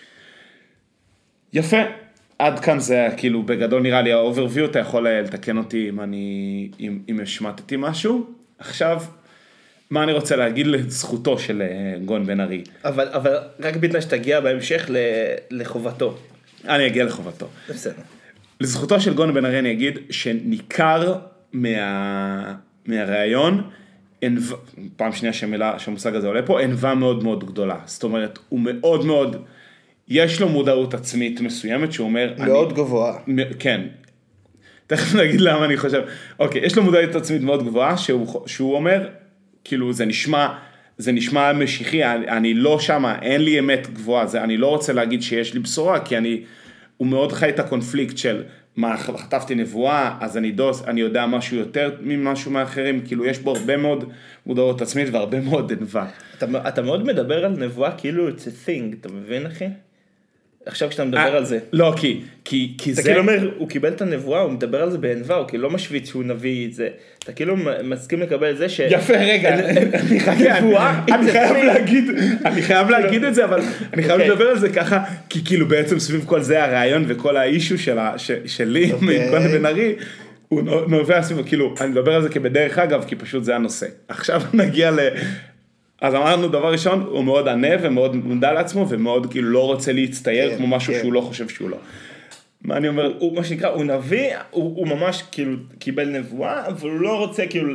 יפה, עד כאן זה כאילו בגדול נראה לי האוברוויו, אתה יכול לתקן אותי אם אני, אם, אם השמטתי משהו. עכשיו, מה אני רוצה להגיד לזכותו של גון בן ארי? אבל, אבל רק בתנאי שתגיע בהמשך לחובתו. אני אגיע לחובתו. בסדר. לזכותו של גון בן ארי אני אגיד שניכר מה, מהרעיון, פעם שנייה שמילה, שהמושג הזה עולה פה, ענווה מאוד מאוד גדולה. זאת אומרת, הוא מאוד מאוד, יש לו מודעות עצמית מסוימת שהוא אומר... מאוד אני, גבוהה. כן. תכף נגיד למה אני חושב, אוקיי, יש לו מודעות עצמית מאוד גבוהה, שהוא, שהוא אומר, כאילו זה נשמע, זה נשמע משיחי, אני, אני לא שמה, אין לי אמת גבוהה, זה, אני לא רוצה להגיד שיש לי בשורה, כי אני, הוא מאוד חי את הקונפליקט של, מה, חטפתי נבואה, אז אני דוס, אני יודע משהו יותר ממשהו מאחרים, כאילו יש בו הרבה מאוד מודעות עצמית והרבה מאוד ענווה. אתה, אתה מאוד מדבר על נבואה, כאילו it's a thing, אתה מבין אחי? עכשיו כשאתה מדבר על זה. לא, כי, כי, כי זה... אתה כאילו אומר, הוא קיבל את הנבואה, הוא מדבר על זה בענווה, הוא כאילו לא משוויץ שהוא נביא את זה. אתה כאילו מסכים לקבל את זה ש... יפה, רגע, אני חייב להגיד, אני חייב להגיד את זה, אבל אני חייב לדבר על זה ככה, כי כאילו בעצם סביב כל זה הרעיון וכל האישו שלי, עם גונן בן ארי, הוא נובע סביב, כאילו, אני מדבר על זה כבדרך אגב, כי פשוט זה הנושא. עכשיו נגיע ל... אז אמרנו דבר ראשון, הוא מאוד ענה ומאוד מודע לעצמו, ומאוד כאילו לא רוצה להצטייר כמו משהו שהוא לא חושב שהוא לא. מה אני אומר? הוא מה שנקרא, הוא נביא, הוא ממש כאילו קיבל נבואה, אבל הוא לא רוצה כאילו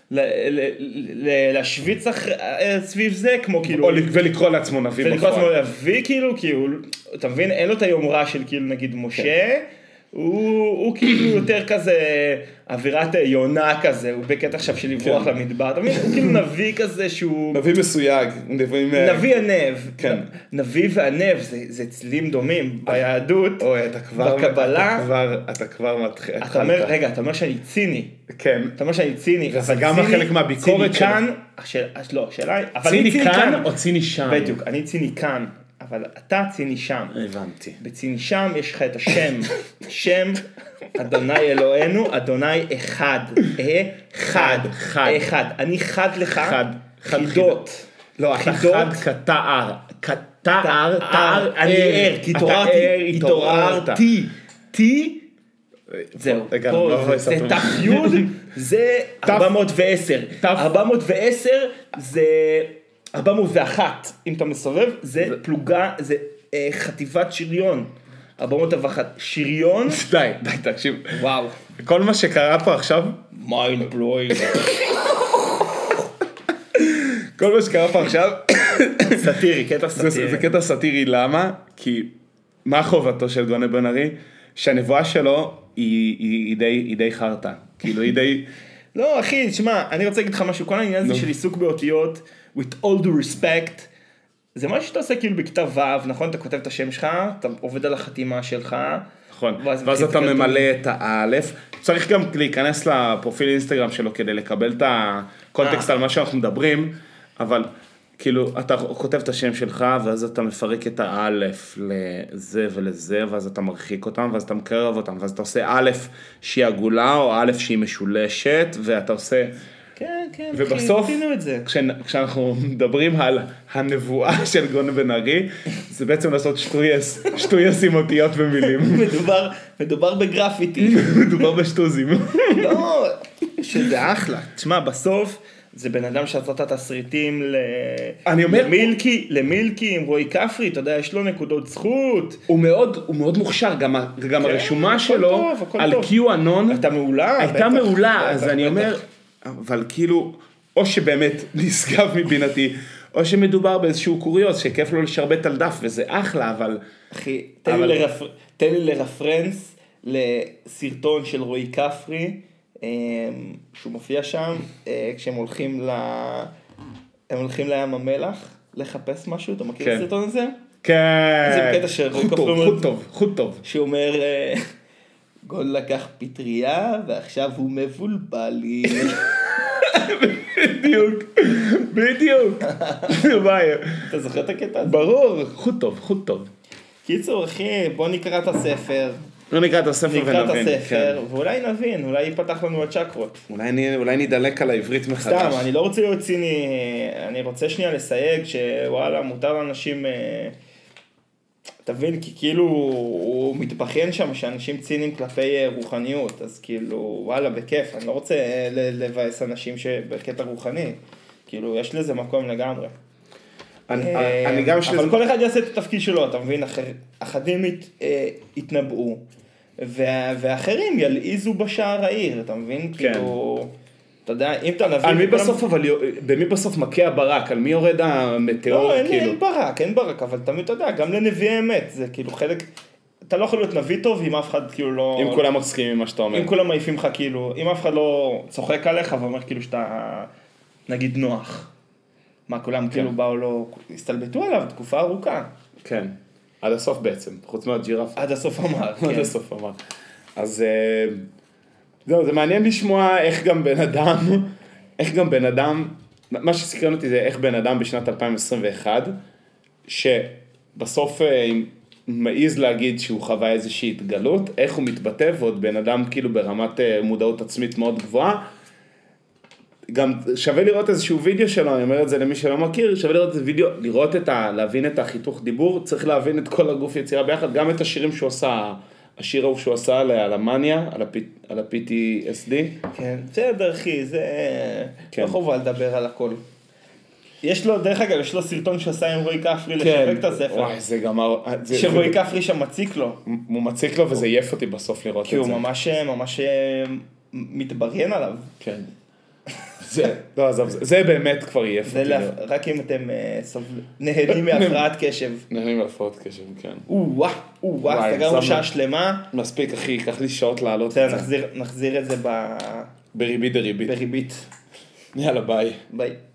להשוויץ סביב זה, כמו כאילו... ולקרוא לעצמו נביא. ולקרוא לעצמו נביא כאילו, כי הוא, אתה מבין, אין לו את היומרה של כאילו נגיד משה, הוא כאילו יותר כזה אווירת יונה כזה, הוא בקטע עכשיו של לברוח למדבר, אתה מבין? הוא כאילו נביא כזה שהוא... נביא מסויג. נביא ענב. נביא וענב זה צלילים דומים ביהדות, בקבלה. אתה כבר מתחיל. אתה אומר, רגע, אתה אומר שאני ציני. כן. אתה אומר שאני ציני. וזה גם חלק מהביקורת שלו. ציני כאן, לא, שאלה היא... ציני כאן או ציני שם? בדיוק, אני ציני כאן. אבל אתה ציני שם. הבנתי. בציני שם יש לך את השם. שם, אדוני אלוהינו, אדוני אחד. אחד. חד. אחד. אני חד לך. חד. חידות. לא, אתה חד כתער. כתער, תער. אני ער, כי התעוררתי. התעוררתי. תי. זהו. זה תפיוד. זה ארבע מאות ועשר. ארבע מאות ועשר זה... ארבע מאות ואחת, אם אתה מסובב, זה פלוגה, זה אה, חטיבת שריון. ארבע מאות ואחת, שריון. די, די, תקשיב. וואו. כל מה שקרה פה עכשיו... מיינד בלואינג. כל מה שקרה פה עכשיו... סאטירי, קטע סאטירי. זה, זה קטע סאטירי, למה? כי מה חובתו של גונן בן ארי? שהנבואה שלו היא, היא, היא, די, היא די חרטה. כאילו, היא די... לא, אחי, תשמע, אני רוצה להגיד לך משהו. כל העניין הזה של עיסוק באותיות... with all the respect, זה מה שאתה עושה כאילו בכתב ו', נכון? אתה כותב את השם שלך, אתה עובד על החתימה שלך. נכון, ואז, ואז אתה ממלא את האלף. צריך גם להיכנס לפרופיל אינסטגרם שלו כדי לקבל את הקונטקסט על מה שאנחנו מדברים, אבל כאילו אתה כותב את השם שלך, ואז אתה מפרק את האלף לזה ולזה, ואז אתה מרחיק אותם, ואז אתה מקרב אותם, ואז אתה עושה אלף שהיא עגולה, או אלף שהיא משולשת, ואתה עושה... כן, כן, ובסוף, כשאנחנו מדברים על הנבואה של גונן בן ארי, זה בעצם לעשות שטויס, שטויס עם אותיות ומילים. מדובר, מדובר בגרפיטי. מדובר בשטוזים. לא, שזה אחלה. תשמע, בסוף, זה בן אדם שעשה את התסריטים למילקי, למילקי עם רועי כפרי, אתה יודע, יש לו נקודות זכות. הוא מאוד, הוא מאוד מוכשר, גם הרשומה שלו על קיו-אנון, הייתה מעולה. הייתה מעולה, אז אני אומר... אבל כאילו, או שבאמת נשגב מבינתי, או שמדובר באיזשהו קוריוז, שכיף לו לשרבט על דף, וזה אחלה, אבל... אחי, תן, אבל... לי, לרפ... תן לי לרפרנס לסרטון של רועי כפרי, שהוא מופיע שם, כשהם הולכים ל... הם הולכים לים המלח, לחפש משהו, אתה מכיר כן. את הסרטון הזה? כן. זה בקטע של רועי כפרי. חוט טוב, חוט טוב. שהוא אומר... גול לקח פטריה, ועכשיו הוא מבולבל לי. בדיוק, בדיוק. אתה זוכר את הקטע הזה? ברור, חוט טוב, חוט טוב. קיצור, אחי, בוא נקרא את הספר. בוא נקרא את הספר ונבין. נקרא את הספר, ואולי נבין, אולי ייפתח לנו הצ'קרות. אולי נדלק על העברית מחדש. סתם, אני לא רוצה להיות ציני, אני רוצה שנייה לסייג, שוואלה, מותר לאנשים... תבין, כי כאילו הוא מתבחן שם שאנשים ציניים כלפי רוחניות, אז כאילו, וואלה, בכיף, אני לא רוצה לבאס אנשים שבקטע רוחני, כאילו, יש לזה מקום לגמרי. אני גם אבל כל אחד יעשה את התפקיד שלו, אתה מבין, אחדים יתנבאו, ואחרים ילעיזו בשער העיר, אתה מבין, כאילו... אתה יודע, אם אתה נביא... על מי בסוף, אבל במי בסוף מכה הברק? על מי יורד המטאור? לא, אין ברק, אין ברק, אבל תמיד אתה יודע, גם לנביא האמת, זה כאילו חלק, אתה לא יכול להיות נביא טוב אם אף אחד כאילו לא... אם כולם מסכימים עם מה שאתה אומר. אם כולם מעיפים לך כאילו, אם אף אחד לא צוחק עליך ואומר כאילו שאתה, נגיד נוח. מה, כולם כאילו באו לא, הסתלבטו עליו תקופה ארוכה. כן, עד הסוף בעצם, חוץ מהג'ירף. עד הסוף אמר, כן. עד הסוף אמר. אז זהו, זה מעניין לשמוע איך גם בן אדם, איך גם בן אדם, מה שסקרן אותי זה איך בן אדם בשנת אלפיים עשרים ואחת, שבסוף מעיז להגיד שהוא חווה איזושהי התגלות, איך הוא מתבטא, ועוד בן אדם כאילו ברמת מודעות עצמית מאוד גבוהה, גם שווה לראות איזשהו וידאו שלו, אני אומר את זה למי שלא מכיר, שווה לראות איזה וידאו, לראות את ה... להבין את החיתוך דיבור, צריך להבין את כל הגוף יצירה ביחד, גם את השירים שהוא עושה, השיר ההוא שהוא עשה על המאניה, על ה-פי טי אס די. כן, זה דרכי, זה... לא חובה לדבר על הכל. יש לו, דרך אגב, יש לו סרטון שעשה עם רועי כפרי לשווק את הספר. וואי, זה גם... שרועי כפרי שם מציק לו. הוא מציק לו וזה יף אותי בסוף לראות את זה. כי הוא ממש, ממש מתבריין עליו. כן. זה, לא, עזוב, זה באמת כבר יהיה פוטי. רק אם אתם נהנים מהפרעת קשב. נהנים מהפרעת קשב, כן. או-ואה, או-ואה, סגרנו שעה שלמה. מספיק, אחי, ייקח לי שעות לעלות את זה. נחזיר את זה ב... בריבית דריבית. בריבית. יאללה, ביי. ביי.